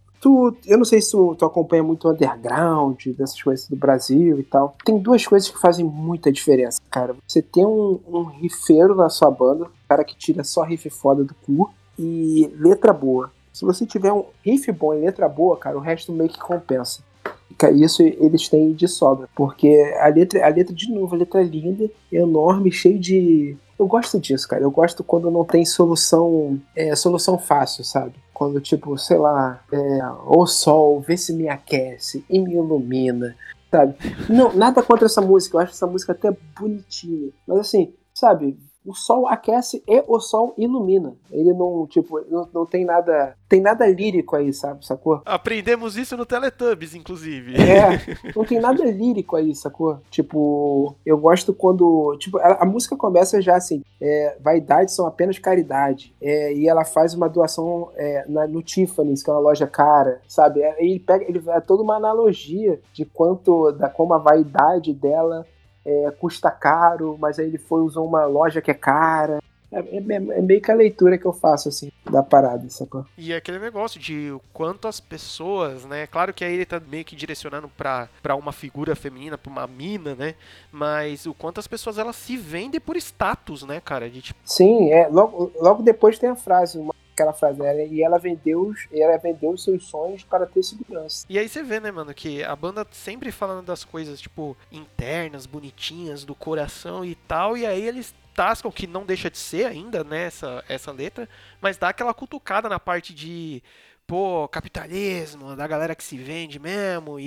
eu não sei se tu acompanha muito o underground, dessas coisas do Brasil e tal. Tem 2 coisas que fazem muita diferença, cara. Você tem um riffeiro na sua banda, um cara que tira só riff foda do cu, e letra boa. Se você tiver um riff bom e letra boa, cara, o resto meio que compensa. Isso eles têm de sobra. Porque a letra, de novo, a letra é linda, enorme, cheio de... Eu gosto disso, cara. Eu gosto quando não tem solução fácil, sabe? Quando, tipo, sei lá, o sol, vê se me aquece e me ilumina, sabe? Não, nada contra essa música. Eu acho essa música até bonitinha. Mas assim, sabe... O sol aquece e o sol ilumina. Ele não, tipo, não tem nada lírico aí, sabe, sacou? Aprendemos isso no Teletubbies, inclusive. Não tem nada lírico aí, sacou? Tipo, eu gosto quando... Tipo, a música começa já assim, vaidade são apenas caridade. E ela faz uma doação no Tiffany's, que é uma loja cara, sabe? Ele é toda uma analogia de como a vaidade dela custa caro, mas aí ele usou uma loja que é cara. É meio que a leitura que eu faço, assim, da parada, sacou? E é aquele negócio de o quanto as pessoas, né? Claro que aí ele tá meio que direcionando pra uma figura feminina, pra uma mina, né? Mas o quanto as pessoas, elas se vendem por status, né, cara? De, tipo... Sim, logo depois tem a frase, aquela frase, e ela vendeu os seus sonhos para ter segurança. E aí você vê, né, mano, que a banda sempre falando das coisas, tipo, internas, bonitinhas, do coração e tal, e aí eles tascam, que não deixa de ser ainda, né, essa letra, mas dá aquela cutucada na parte de... Pô, capitalismo, da galera que se vende mesmo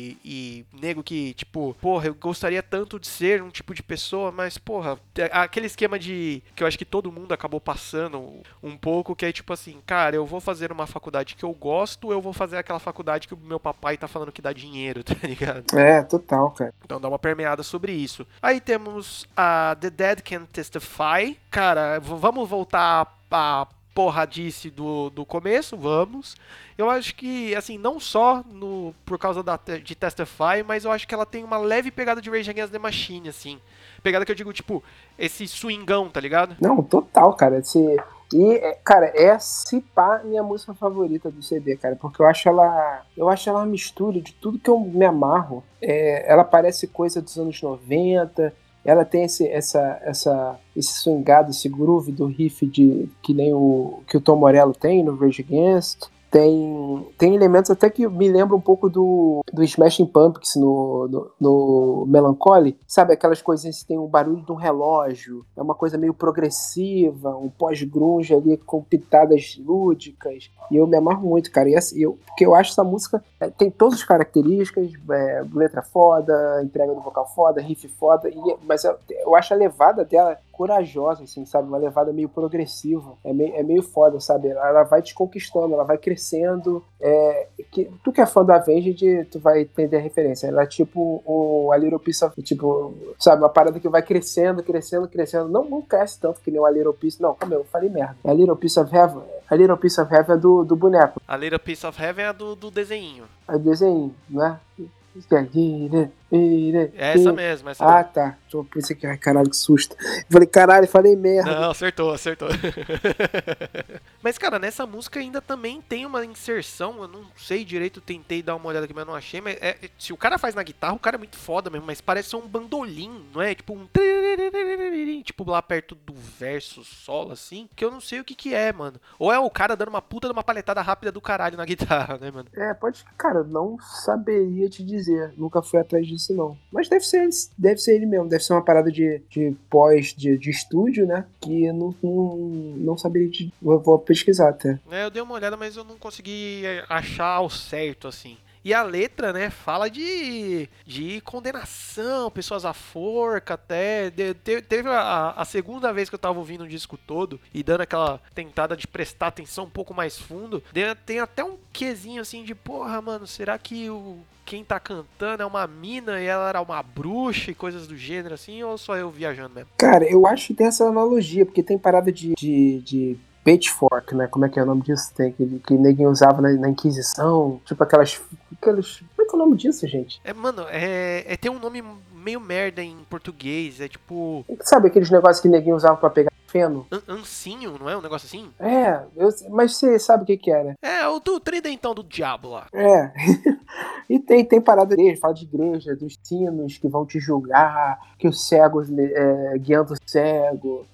e nego que, tipo, porra, eu gostaria tanto de ser um tipo de pessoa, mas, porra, aquele esquema que eu acho que todo mundo acabou passando um pouco, que é tipo assim, cara, eu vou fazer uma faculdade que eu gosto, ou eu vou fazer aquela faculdade que o meu papai tá falando que dá dinheiro, tá ligado? Total, cara. Então dá uma permeada sobre isso. Aí temos a The Dead Can Testify. Cara, vamos voltar a porradice do começo, vamos. Eu acho que, assim, não só por causa de Testify, mas eu acho que ela tem uma leve pegada de Rage Against the Machine, assim. Pegada que eu digo, tipo, esse swingão, tá ligado? Não, total, cara. Cara, se pá, minha música favorita do CD, cara, porque eu acho ela uma mistura de tudo que eu me amarro. Ela parece coisa dos anos 90, ela tem esse swingado, esse groove do riff que nem que o Tom Morello tem no Rage Against. Tem elementos até que me lembram um pouco do Smashing Pumpkins no Melancholy, sabe? Aquelas coisinhas que tem o barulho de um relógio, é uma coisa meio progressiva, um pós-grunge ali com pitadas lúdicas, e eu me amarro muito, cara. Porque eu acho essa música tem todas as características, letra foda, entrega do vocal foda, riff foda, mas eu acho a levada dela corajosa, assim, sabe? Uma levada meio progressiva. É meio foda, sabe? Ela vai te conquistando, ela vai crescendo. Tu que é fã do Avenged, tu vai entender a referência. Ela é tipo a Little Piece of... Tipo, sabe? Uma parada que vai crescendo, crescendo, crescendo. Não cresce tanto que nem o A Little Piece... Não, calma aí, eu falei merda. A Little Piece of Heaven... A Little Piece of Heaven é do boneco. A Little Piece of Heaven é do desenho. É do desenho, né? É essa mesmo, essa Ah, tá. Eu pensei que, caralho, que susto. Eu falei, caralho, falei merda. Não, acertou. Mas, cara, nessa música ainda também tem uma inserção, eu não sei direito, tentei dar uma olhada aqui, mas não achei, mas se o cara faz na guitarra, o cara é muito foda mesmo, mas parece ser um bandolim, não é? Tipo um... Tipo lá perto do verso solo, assim, que eu não sei o que é, mano. Ou é o cara dando uma puta de uma paletada rápida do caralho na guitarra, né, mano? Cara, não saberia te dizer. Nunca fui atrás disso, não. Mas deve ser ele mesmo. Deve ser uma parada de estúdio, né? Que eu não saberia te... Vou pesquisar até. Eu dei uma olhada, mas eu não consegui achar ao certo, assim. E a letra, né, fala de condenação, pessoas à forca até. Teve a segunda vez que eu tava ouvindo o disco todo e dando aquela tentada de prestar atenção um pouco mais fundo. Tem até um quezinho assim de, porra, mano, será que quem tá cantando é uma mina e ela era uma bruxa e coisas do gênero assim, ou só eu viajando mesmo? Cara, eu acho que tem essa analogia, porque tem parada de pitchfork, né? Como é que é o nome disso? Tem que ninguém usava na Inquisição. Tipo aquelas... Como é que é o nome disso, gente? Mano, tem um nome meio merda em português. É tipo... Sabe aqueles negócios que ninguém usava pra pegar feno? Ancinho, não é? Um negócio assim? Mas você sabe o que era? O do tridentão do diabo lá. E tem parada dele, fala de igreja, dos sinos que vão te julgar, que os cegos guiando o cego.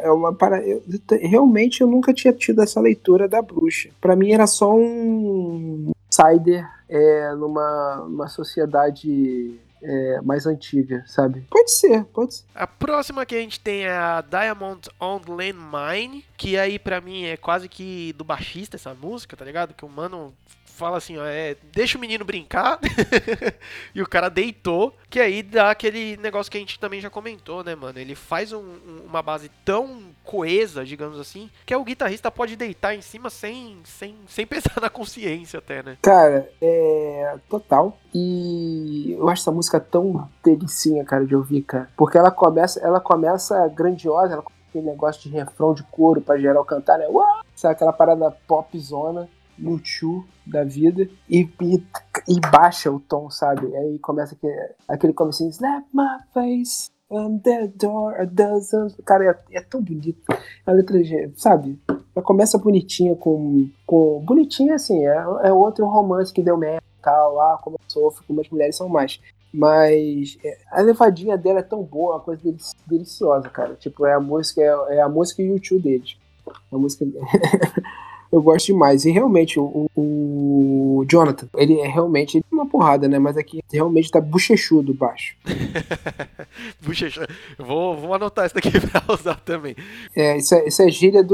Realmente eu nunca tinha tido essa leitura da bruxa. Pra mim era só um insider numa sociedade mais antiga, sabe? Pode ser. A próxima que a gente tem é a Diamond on Landmine, que aí pra mim é quase que do baixista essa música, tá ligado? Que o mano fala assim, ó, deixa o menino brincar, e o cara deitou, que aí dá aquele negócio que a gente também já comentou, né, mano? Ele faz uma base tão coesa, digamos assim, que o guitarrista pode deitar em cima sem pensar na consciência até, né? Cara, total. E eu acho essa música tão delicinha, cara, de ouvir, cara. Porque ela começa grandiosa, ela começa aquele negócio de refrão de coro pra geral cantar, né? Uau! Sabe, aquela parada popzona, YouTube da vida, e baixa o tom, sabe? Aí começa aquele comecinho, slap my face on the door a dozen... Cara, é tão bonito. A letra, sabe? Ela começa bonitinha com bonitinha, assim, é outro romance que deu merda e tal, como eu sofro, como as mulheres são mais. Mas a levadinha dela é tão boa, uma coisa deliciosa, cara. Tipo, é a música e o YouTube deles. A música... Eu gosto demais. E realmente, o Jonathan, ele é realmente uma porrada, né? Mas aqui realmente tá bochechudo baixo. Bochechudo. Vou anotar isso daqui pra usar também. Isso é gíria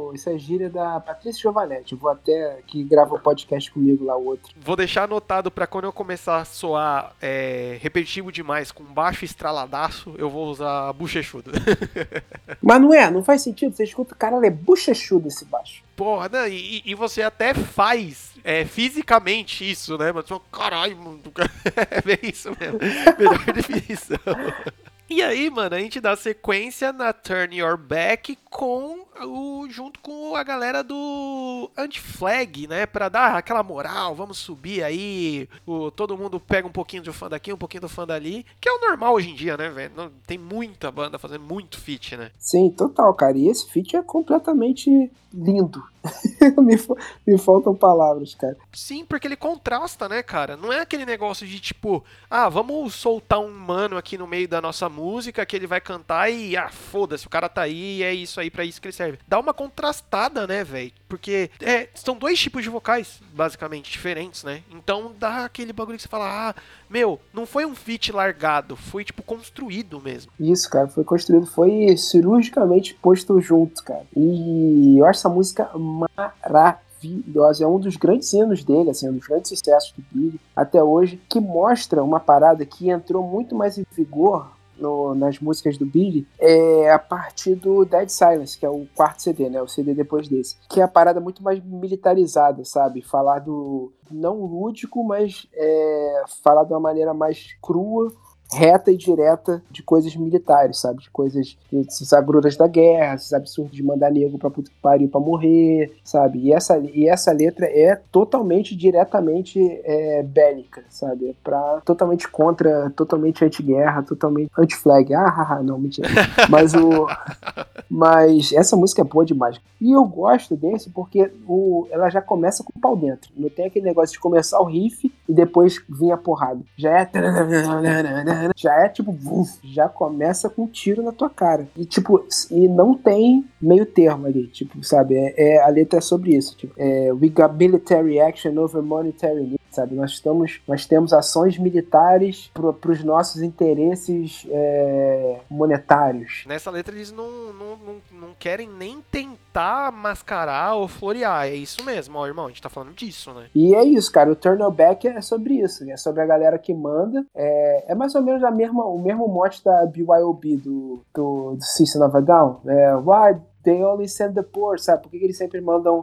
da Patrícia Giovanetti. Vou até que grava o podcast comigo lá, o outro. Vou deixar anotado pra quando eu começar a soar repetitivo demais, com baixo estraladaço, eu vou usar bochechudo. Mas não faz sentido. Você escuta, caralho, é bochechudo esse baixo. Porra, né? E você até faz fisicamente isso, né? Mas caralho, mano, é bem isso mesmo. Melhor definição. E aí, mano, a gente dá sequência na Turn Your Back com junto com a galera do Anti-Flag, né? Pra dar aquela moral, vamos subir aí. Todo mundo pega um pouquinho de fã daqui, um pouquinho do fã dali. Que é o normal hoje em dia, né, velho? Tem muita banda fazendo muito feat, né? Sim, total, cara. E esse feat é completamente lindo. me faltam palavras, cara. Sim, porque ele contrasta, né, cara? Não é aquele negócio de tipo, vamos soltar um mano aqui no meio da nossa música que ele vai cantar e, foda-se, o cara tá aí e é isso aí, pra isso que ele serve. Dá uma contrastada, né, velho? Porque são dois tipos de vocais, basicamente, diferentes, né? Então dá aquele bagulho que você fala, não foi um feat largado, foi, tipo, construído mesmo. Isso, cara, foi construído, foi cirurgicamente posto junto, cara. E eu acho essa música maravilhosa. É um dos grandes hinos dele, assim, um dos grandes sucessos do Billy até hoje, que mostra uma parada que entrou muito mais em vigor nas músicas do Billy, a partir do Dead Silence, que é o quarto CD, né? O CD depois desse. Que é a parada muito mais militarizada, sabe? Falar do não lúdico, mas falar de uma maneira mais crua, reta e direta de coisas militares, sabe? De coisas, esses agruras da guerra, esses absurdos de mandar nego pra puta que pariu pra morrer, sabe? E essa letra é totalmente, diretamente bélica, sabe? Totalmente contra, totalmente anti-guerra, totalmente anti-flag. Não, mentira. Mas essa música é boa demais. E eu gosto desse porque ela já começa com o pau dentro. Não tem aquele negócio de começar o riff e depois vir a porrada. Já é tipo, já começa com um tiro na tua cara. E tipo, e não tem meio termo ali, tipo, sabe? A letra é sobre isso. Tipo, we got military action over monetary needs, sabe? Nós temos ações militares para os nossos interesses monetários. Nessa letra eles não querem nem tentar mascarar ou florear. É isso mesmo, ó, irmão, a gente tá falando disso, né? E é isso, cara. O Turn Your Back é sobre isso, né? É sobre a galera que manda. É mais ou menos o mesmo mote da BYOB, do System of a Down. Why they only send the poor, sabe? Por que eles sempre mandam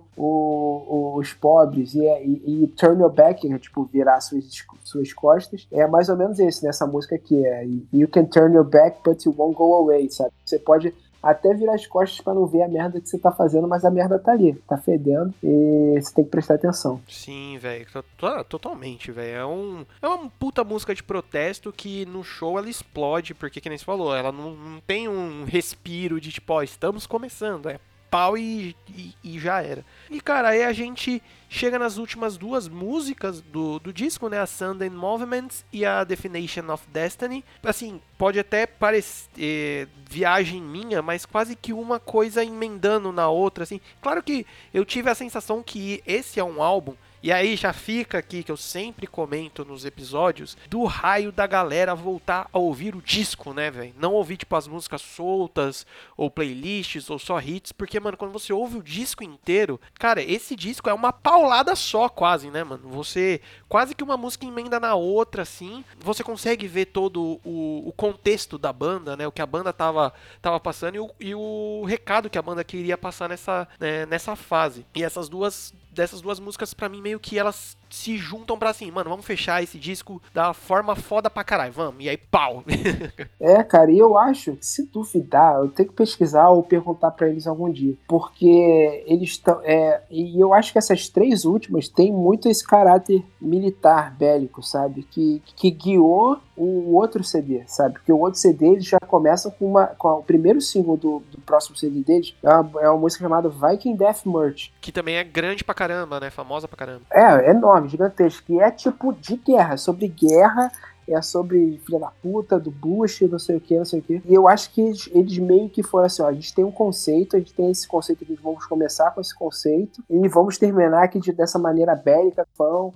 os pobres? E Turn Your Back, né? Tipo, virar suas costas, é mais ou menos esse, nessa música aqui. You can turn your back, but you won't go away, sabe? Você pode até virar as costas pra não ver a merda que você tá fazendo, mas a merda tá ali, tá fedendo e você tem que prestar atenção. Sim, velho, totalmente, velho. É uma puta música de protesto que no show ela explode, porque, que nem você falou, ela não tem um respiro de tipo, estamos começando, pau e já era. E, cara, aí a gente chega nas últimas duas músicas do disco, né? A Sunday Movements e a Definition of Destiny. Assim, pode até parecer viagem minha, mas quase que uma coisa emendando na outra, assim. Claro que eu tive a sensação que esse é um álbum, e aí já fica aqui, que eu sempre comento nos episódios, do raio da galera voltar a ouvir o disco, né, velho? Não ouvir, tipo, as músicas soltas, ou playlists, ou só hits, porque, mano, quando você ouve o disco inteiro, cara, esse disco é uma paulada só, quase, né, mano? Você, quase que uma música emenda na outra, assim, você consegue ver todo o contexto da banda, né? O que a banda tava passando e o recado que a banda queria passar nessa fase. E dessas duas músicas, pra mim, meio que elas se juntam pra assim, mano, vamos fechar esse disco da forma foda pra caralho, vamos, e aí pau. Cara, e eu acho que se duvidar, eu tenho que pesquisar ou perguntar pra eles algum dia, porque eles estão, e eu acho que essas três últimas têm muito esse caráter militar, bélico, sabe, que guiou o outro CD, sabe, porque o outro CD eles já começam com o primeiro single do próximo CD deles, é uma música chamada Viking Death March. Que também é grande pra caramba, né, famosa pra caramba. É enorme, gigantesco, que é tipo de guerra, sobre guerra, sobre filha da puta, do Bush, não sei o que. E eu acho que eles meio que foram assim, a gente tem um conceito, a gente tem esse conceito aqui, vamos começar com esse conceito e vamos terminar aqui dessa maneira bélica,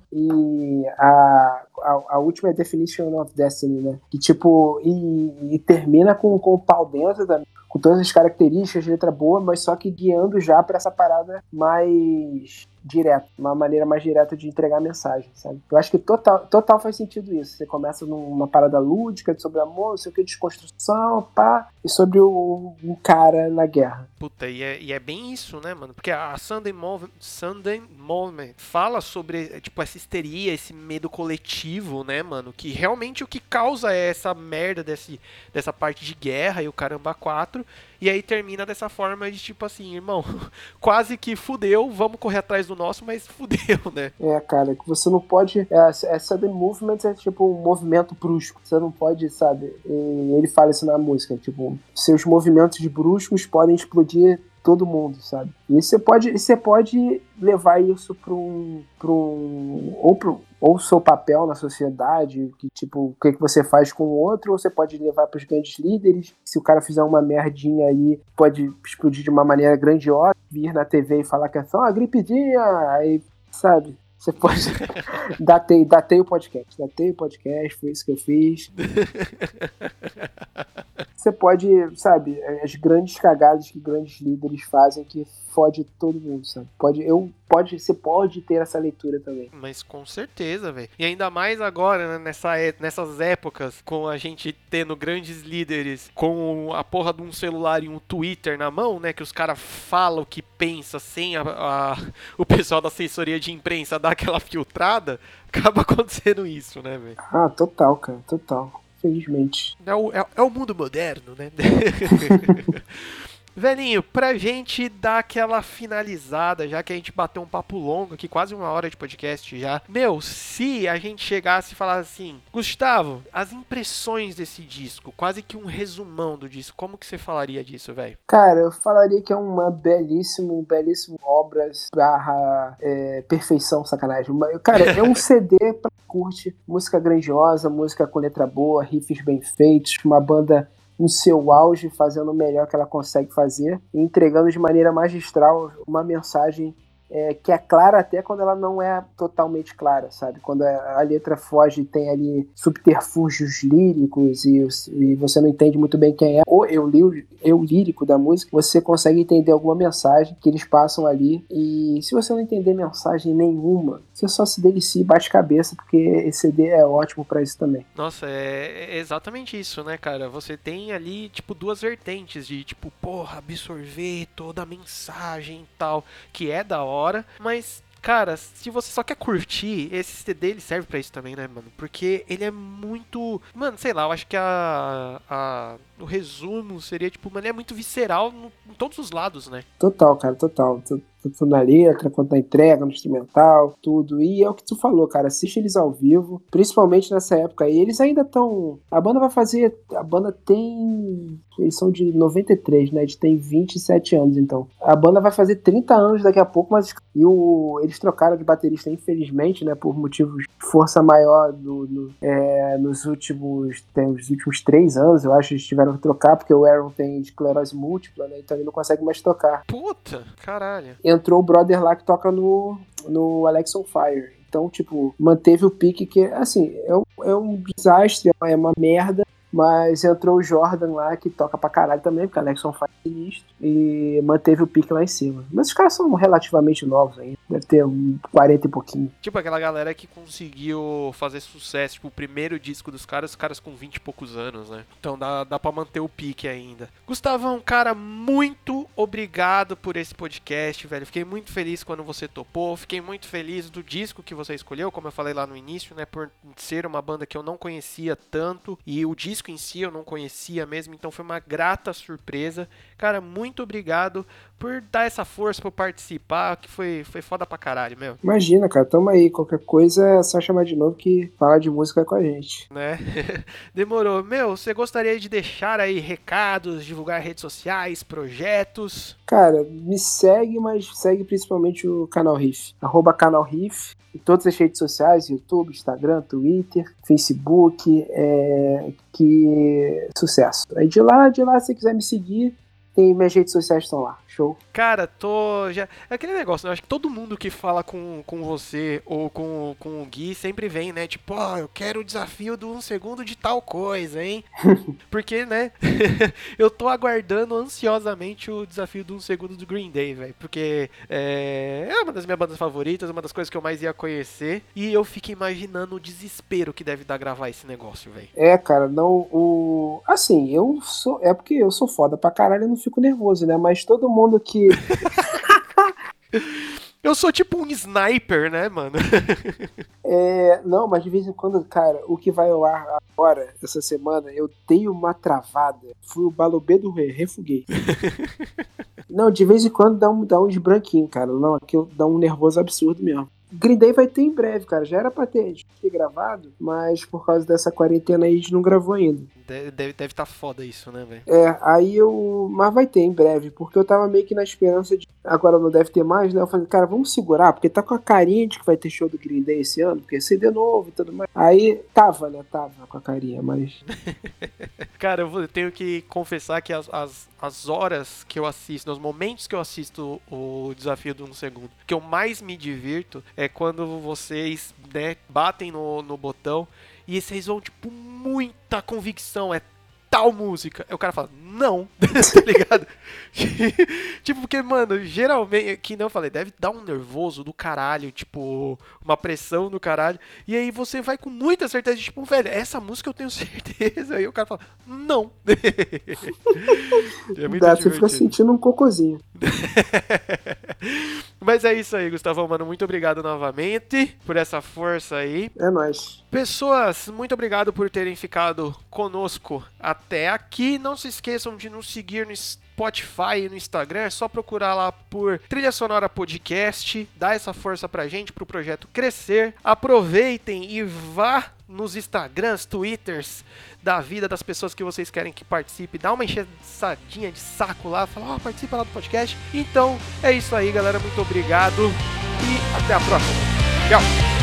e a última é Definition of Destiny, né? Que tipo, e termina com o pau dentro com todas as características de letra boa, mas só que guiando já pra essa parada mais direto, uma maneira mais direta de entregar a mensagem, sabe? Eu acho que total faz sentido isso. Você começa numa parada lúdica sobre amor, não sei o que, desconstrução, pá, e sobre um cara na guerra. Puta, e é bem isso, né, mano? Porque a Sunday Moment fala sobre, tipo, essa histeria, esse medo coletivo, né, mano? Que realmente o que causa é essa merda dessa parte de guerra e o caramba 4. E aí termina dessa forma de tipo assim, irmão, quase que fudeu, vamos correr atrás do nosso, mas fudeu, né? Cara, que você não pode... Sudden Movement é tipo um movimento brusco. Você não pode, sabe? E ele fala isso na música, tipo, seus movimentos bruscos podem explodir todo mundo, sabe? E você pode levar isso para ou o seu papel na sociedade, que tipo, o que você faz com o outro, ou você pode levar para os grandes líderes. Se o cara fizer uma merdinha aí, pode explodir de uma maneira grandiosa, vir na TV e falar que é só uma gripezinha, aí, sabe? Você pode... datei o podcast, foi isso que eu fiz. Você pode, sabe, as grandes cagadas que grandes líderes fazem que fode todo mundo, sabe? Você pode ter essa leitura também. Mas com certeza, velho. E ainda mais agora, né, nessas épocas, com a gente tendo grandes líderes com a porra de um celular e um Twitter na mão, né? Que os caras falam o que pensa sem o pessoal da assessoria de imprensa dar aquela filtrada, acaba acontecendo isso, né, velho? Ah, total, cara, total. Felizmente. É o mundo moderno, né? Velhinho, pra gente dar aquela finalizada, já que a gente bateu um papo longo aqui, quase 1 hora de podcast já. Meu, se a gente chegasse e falasse assim, Gustavo, as impressões desse disco, quase que um resumão do disco, como que você falaria disso, velho? Cara, eu falaria que é uma belíssima obras / perfeição, sacanagem. Cara, é um CD pra quem curte música grandiosa, música com letra boa, riffs bem feitos, uma banda no seu auge, fazendo o melhor que ela consegue fazer e entregando de maneira magistral uma mensagem que é clara até quando ela não é totalmente clara, sabe? Quando a letra foge, tem ali subterfúgios líricos e você não entende muito bem quem é o eu lírico da música, você consegue entender alguma mensagem que eles passam ali, e se você não entender mensagem nenhuma, você só se delicia e bate cabeça, porque esse CD é ótimo pra isso também. Nossa, é exatamente isso, né, cara? Você tem ali, tipo, 2 vertentes de, tipo, porra, absorver toda a mensagem e tal, que é da hora, mas... Cara, se você só quer curtir, esse CD ele serve pra isso também, né, mano? Porque ele é muito... Mano, sei lá, eu acho que o resumo seria, tipo, mano, ele é muito visceral em todos os lados, né? Total, cara, total. Tanto na letra, quanto na entrega, no instrumental, tudo. E é o que tu falou, cara, assiste eles ao vivo, principalmente nessa época aí. Eles ainda estão... A banda tem... Eles são de 93, né? Eles têm 27 anos, então. A banda vai fazer 30 anos daqui a pouco, mas... Eles trocaram de baterista, infelizmente, né? Por motivos de força maior nos últimos 3 anos, eu acho, eles tiveram que trocar, porque o Aaron tem esclerose múltipla, né? Então ele não consegue mais tocar. Puta, caralho. Entrou o brother lá que toca no Alex on Fire. Então, tipo, manteve o pique que, assim, é um desastre, é uma merda, mas entrou o Jordan lá, que toca pra caralho também, porque Alex on Fire é sinistro, e manteve o pique lá em cima. Mas os caras são relativamente novos ainda, deve ter 40 e pouquinho. Tipo aquela galera que conseguiu fazer sucesso, tipo, o primeiro disco dos caras, os caras com 20 e poucos anos, né? Então dá pra manter o pique ainda. Gustavão, cara, muito obrigado por esse podcast, velho. Fiquei muito feliz quando você topou, fiquei muito feliz do disco que você escolheu, como eu falei lá no início, né? Por ser uma banda que eu não conhecia tanto, e o disco em si eu não conhecia mesmo, então foi uma grata surpresa. Cara, muito obrigado por dar essa força pra participar, que foi foda pra caralho, meu. Imagina, cara, tamo aí, qualquer coisa é só chamar de novo que falar de música é com a gente. Né? Demorou. Meu, você gostaria de deixar aí recados, divulgar redes sociais, projetos? Cara, me segue, mas segue principalmente o Canal Riff, @canalriff, em todas as redes sociais, YouTube, Instagram, Twitter, Facebook, que sucesso. Aí de lá, se você quiser me seguir, Tem minhas redes sociais estão lá. Show. Cara, já. É aquele negócio, né? Eu acho que todo mundo que fala com você ou com o Gui sempre vem, né? Tipo, eu quero o desafio do 1 segundo de tal coisa, hein? Porque, né? Eu tô aguardando ansiosamente o desafio do 1 segundo do Green Day, velho. Porque é uma das minhas bandas favoritas, uma das coisas que eu mais ia conhecer. E eu fico imaginando o desespero que deve dar gravar esse negócio, velho. Cara, não. Assim, eu sou. É porque eu sou foda pra caralho, eu não fico nervoso, né? Mas todo mundo que. Eu sou tipo um sniper, né, mano? Não, mas de vez em quando, cara, o que vai ao ar agora, essa semana, eu dei uma travada. Fui o balobê do refuguei. Não, de vez em quando dá um de branquinho, cara. Não, aqui dá um nervoso absurdo mesmo. Green Day vai ter em breve, cara. Já era pra ter gravado, mas por causa dessa quarentena aí a gente não gravou ainda. Deve tá foda isso, né, velho? Mas vai ter em breve, porque eu tava meio que na esperança de. Agora não deve ter mais, né? Eu falei, cara, vamos segurar, porque tá com a carinha de que vai ter show do Green Day esse ano, porque é CD novo e tudo mais. Aí tava com a carinha, mas. Cara, eu tenho que confessar que as horas que eu assisto, os momentos que eu assisto o desafio do 1 segundo, que eu mais me divirto é quando vocês, né, batem no botão e vocês vão, tipo, muita convicção, é tal música. Aí o cara fala, não, tá ligado? Tipo, porque, mano, geralmente, que não eu falei, deve dar um nervoso do caralho, tipo, uma pressão do caralho. E aí você vai com muita certeza, tipo, velho, essa música eu tenho certeza. Aí o cara fala, não. É muito Você fica sentindo um cocôzinho. Mas é isso aí, Gustavão, mano. Muito obrigado novamente por essa força aí. É nóis. Pessoas, muito obrigado por terem ficado conosco até aqui. Não se esqueçam de nos seguir no Spotify e no Instagram. É só procurar lá por Trilha Sonora Podcast. Dá essa força pra gente, pro projeto crescer. Aproveitem e vá nos Instagrams, Twitters da vida das pessoas que vocês querem que participe. Dá uma enxerçadinha de saco lá. Fala, participa lá do podcast. Então, é isso aí, galera. Muito obrigado e até a próxima. Tchau.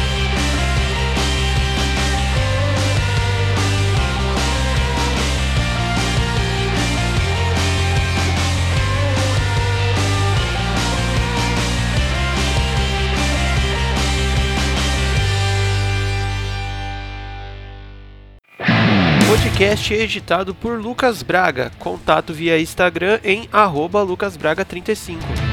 Podcast editado por Lucas Braga. Contato via Instagram em @lucasbraga35.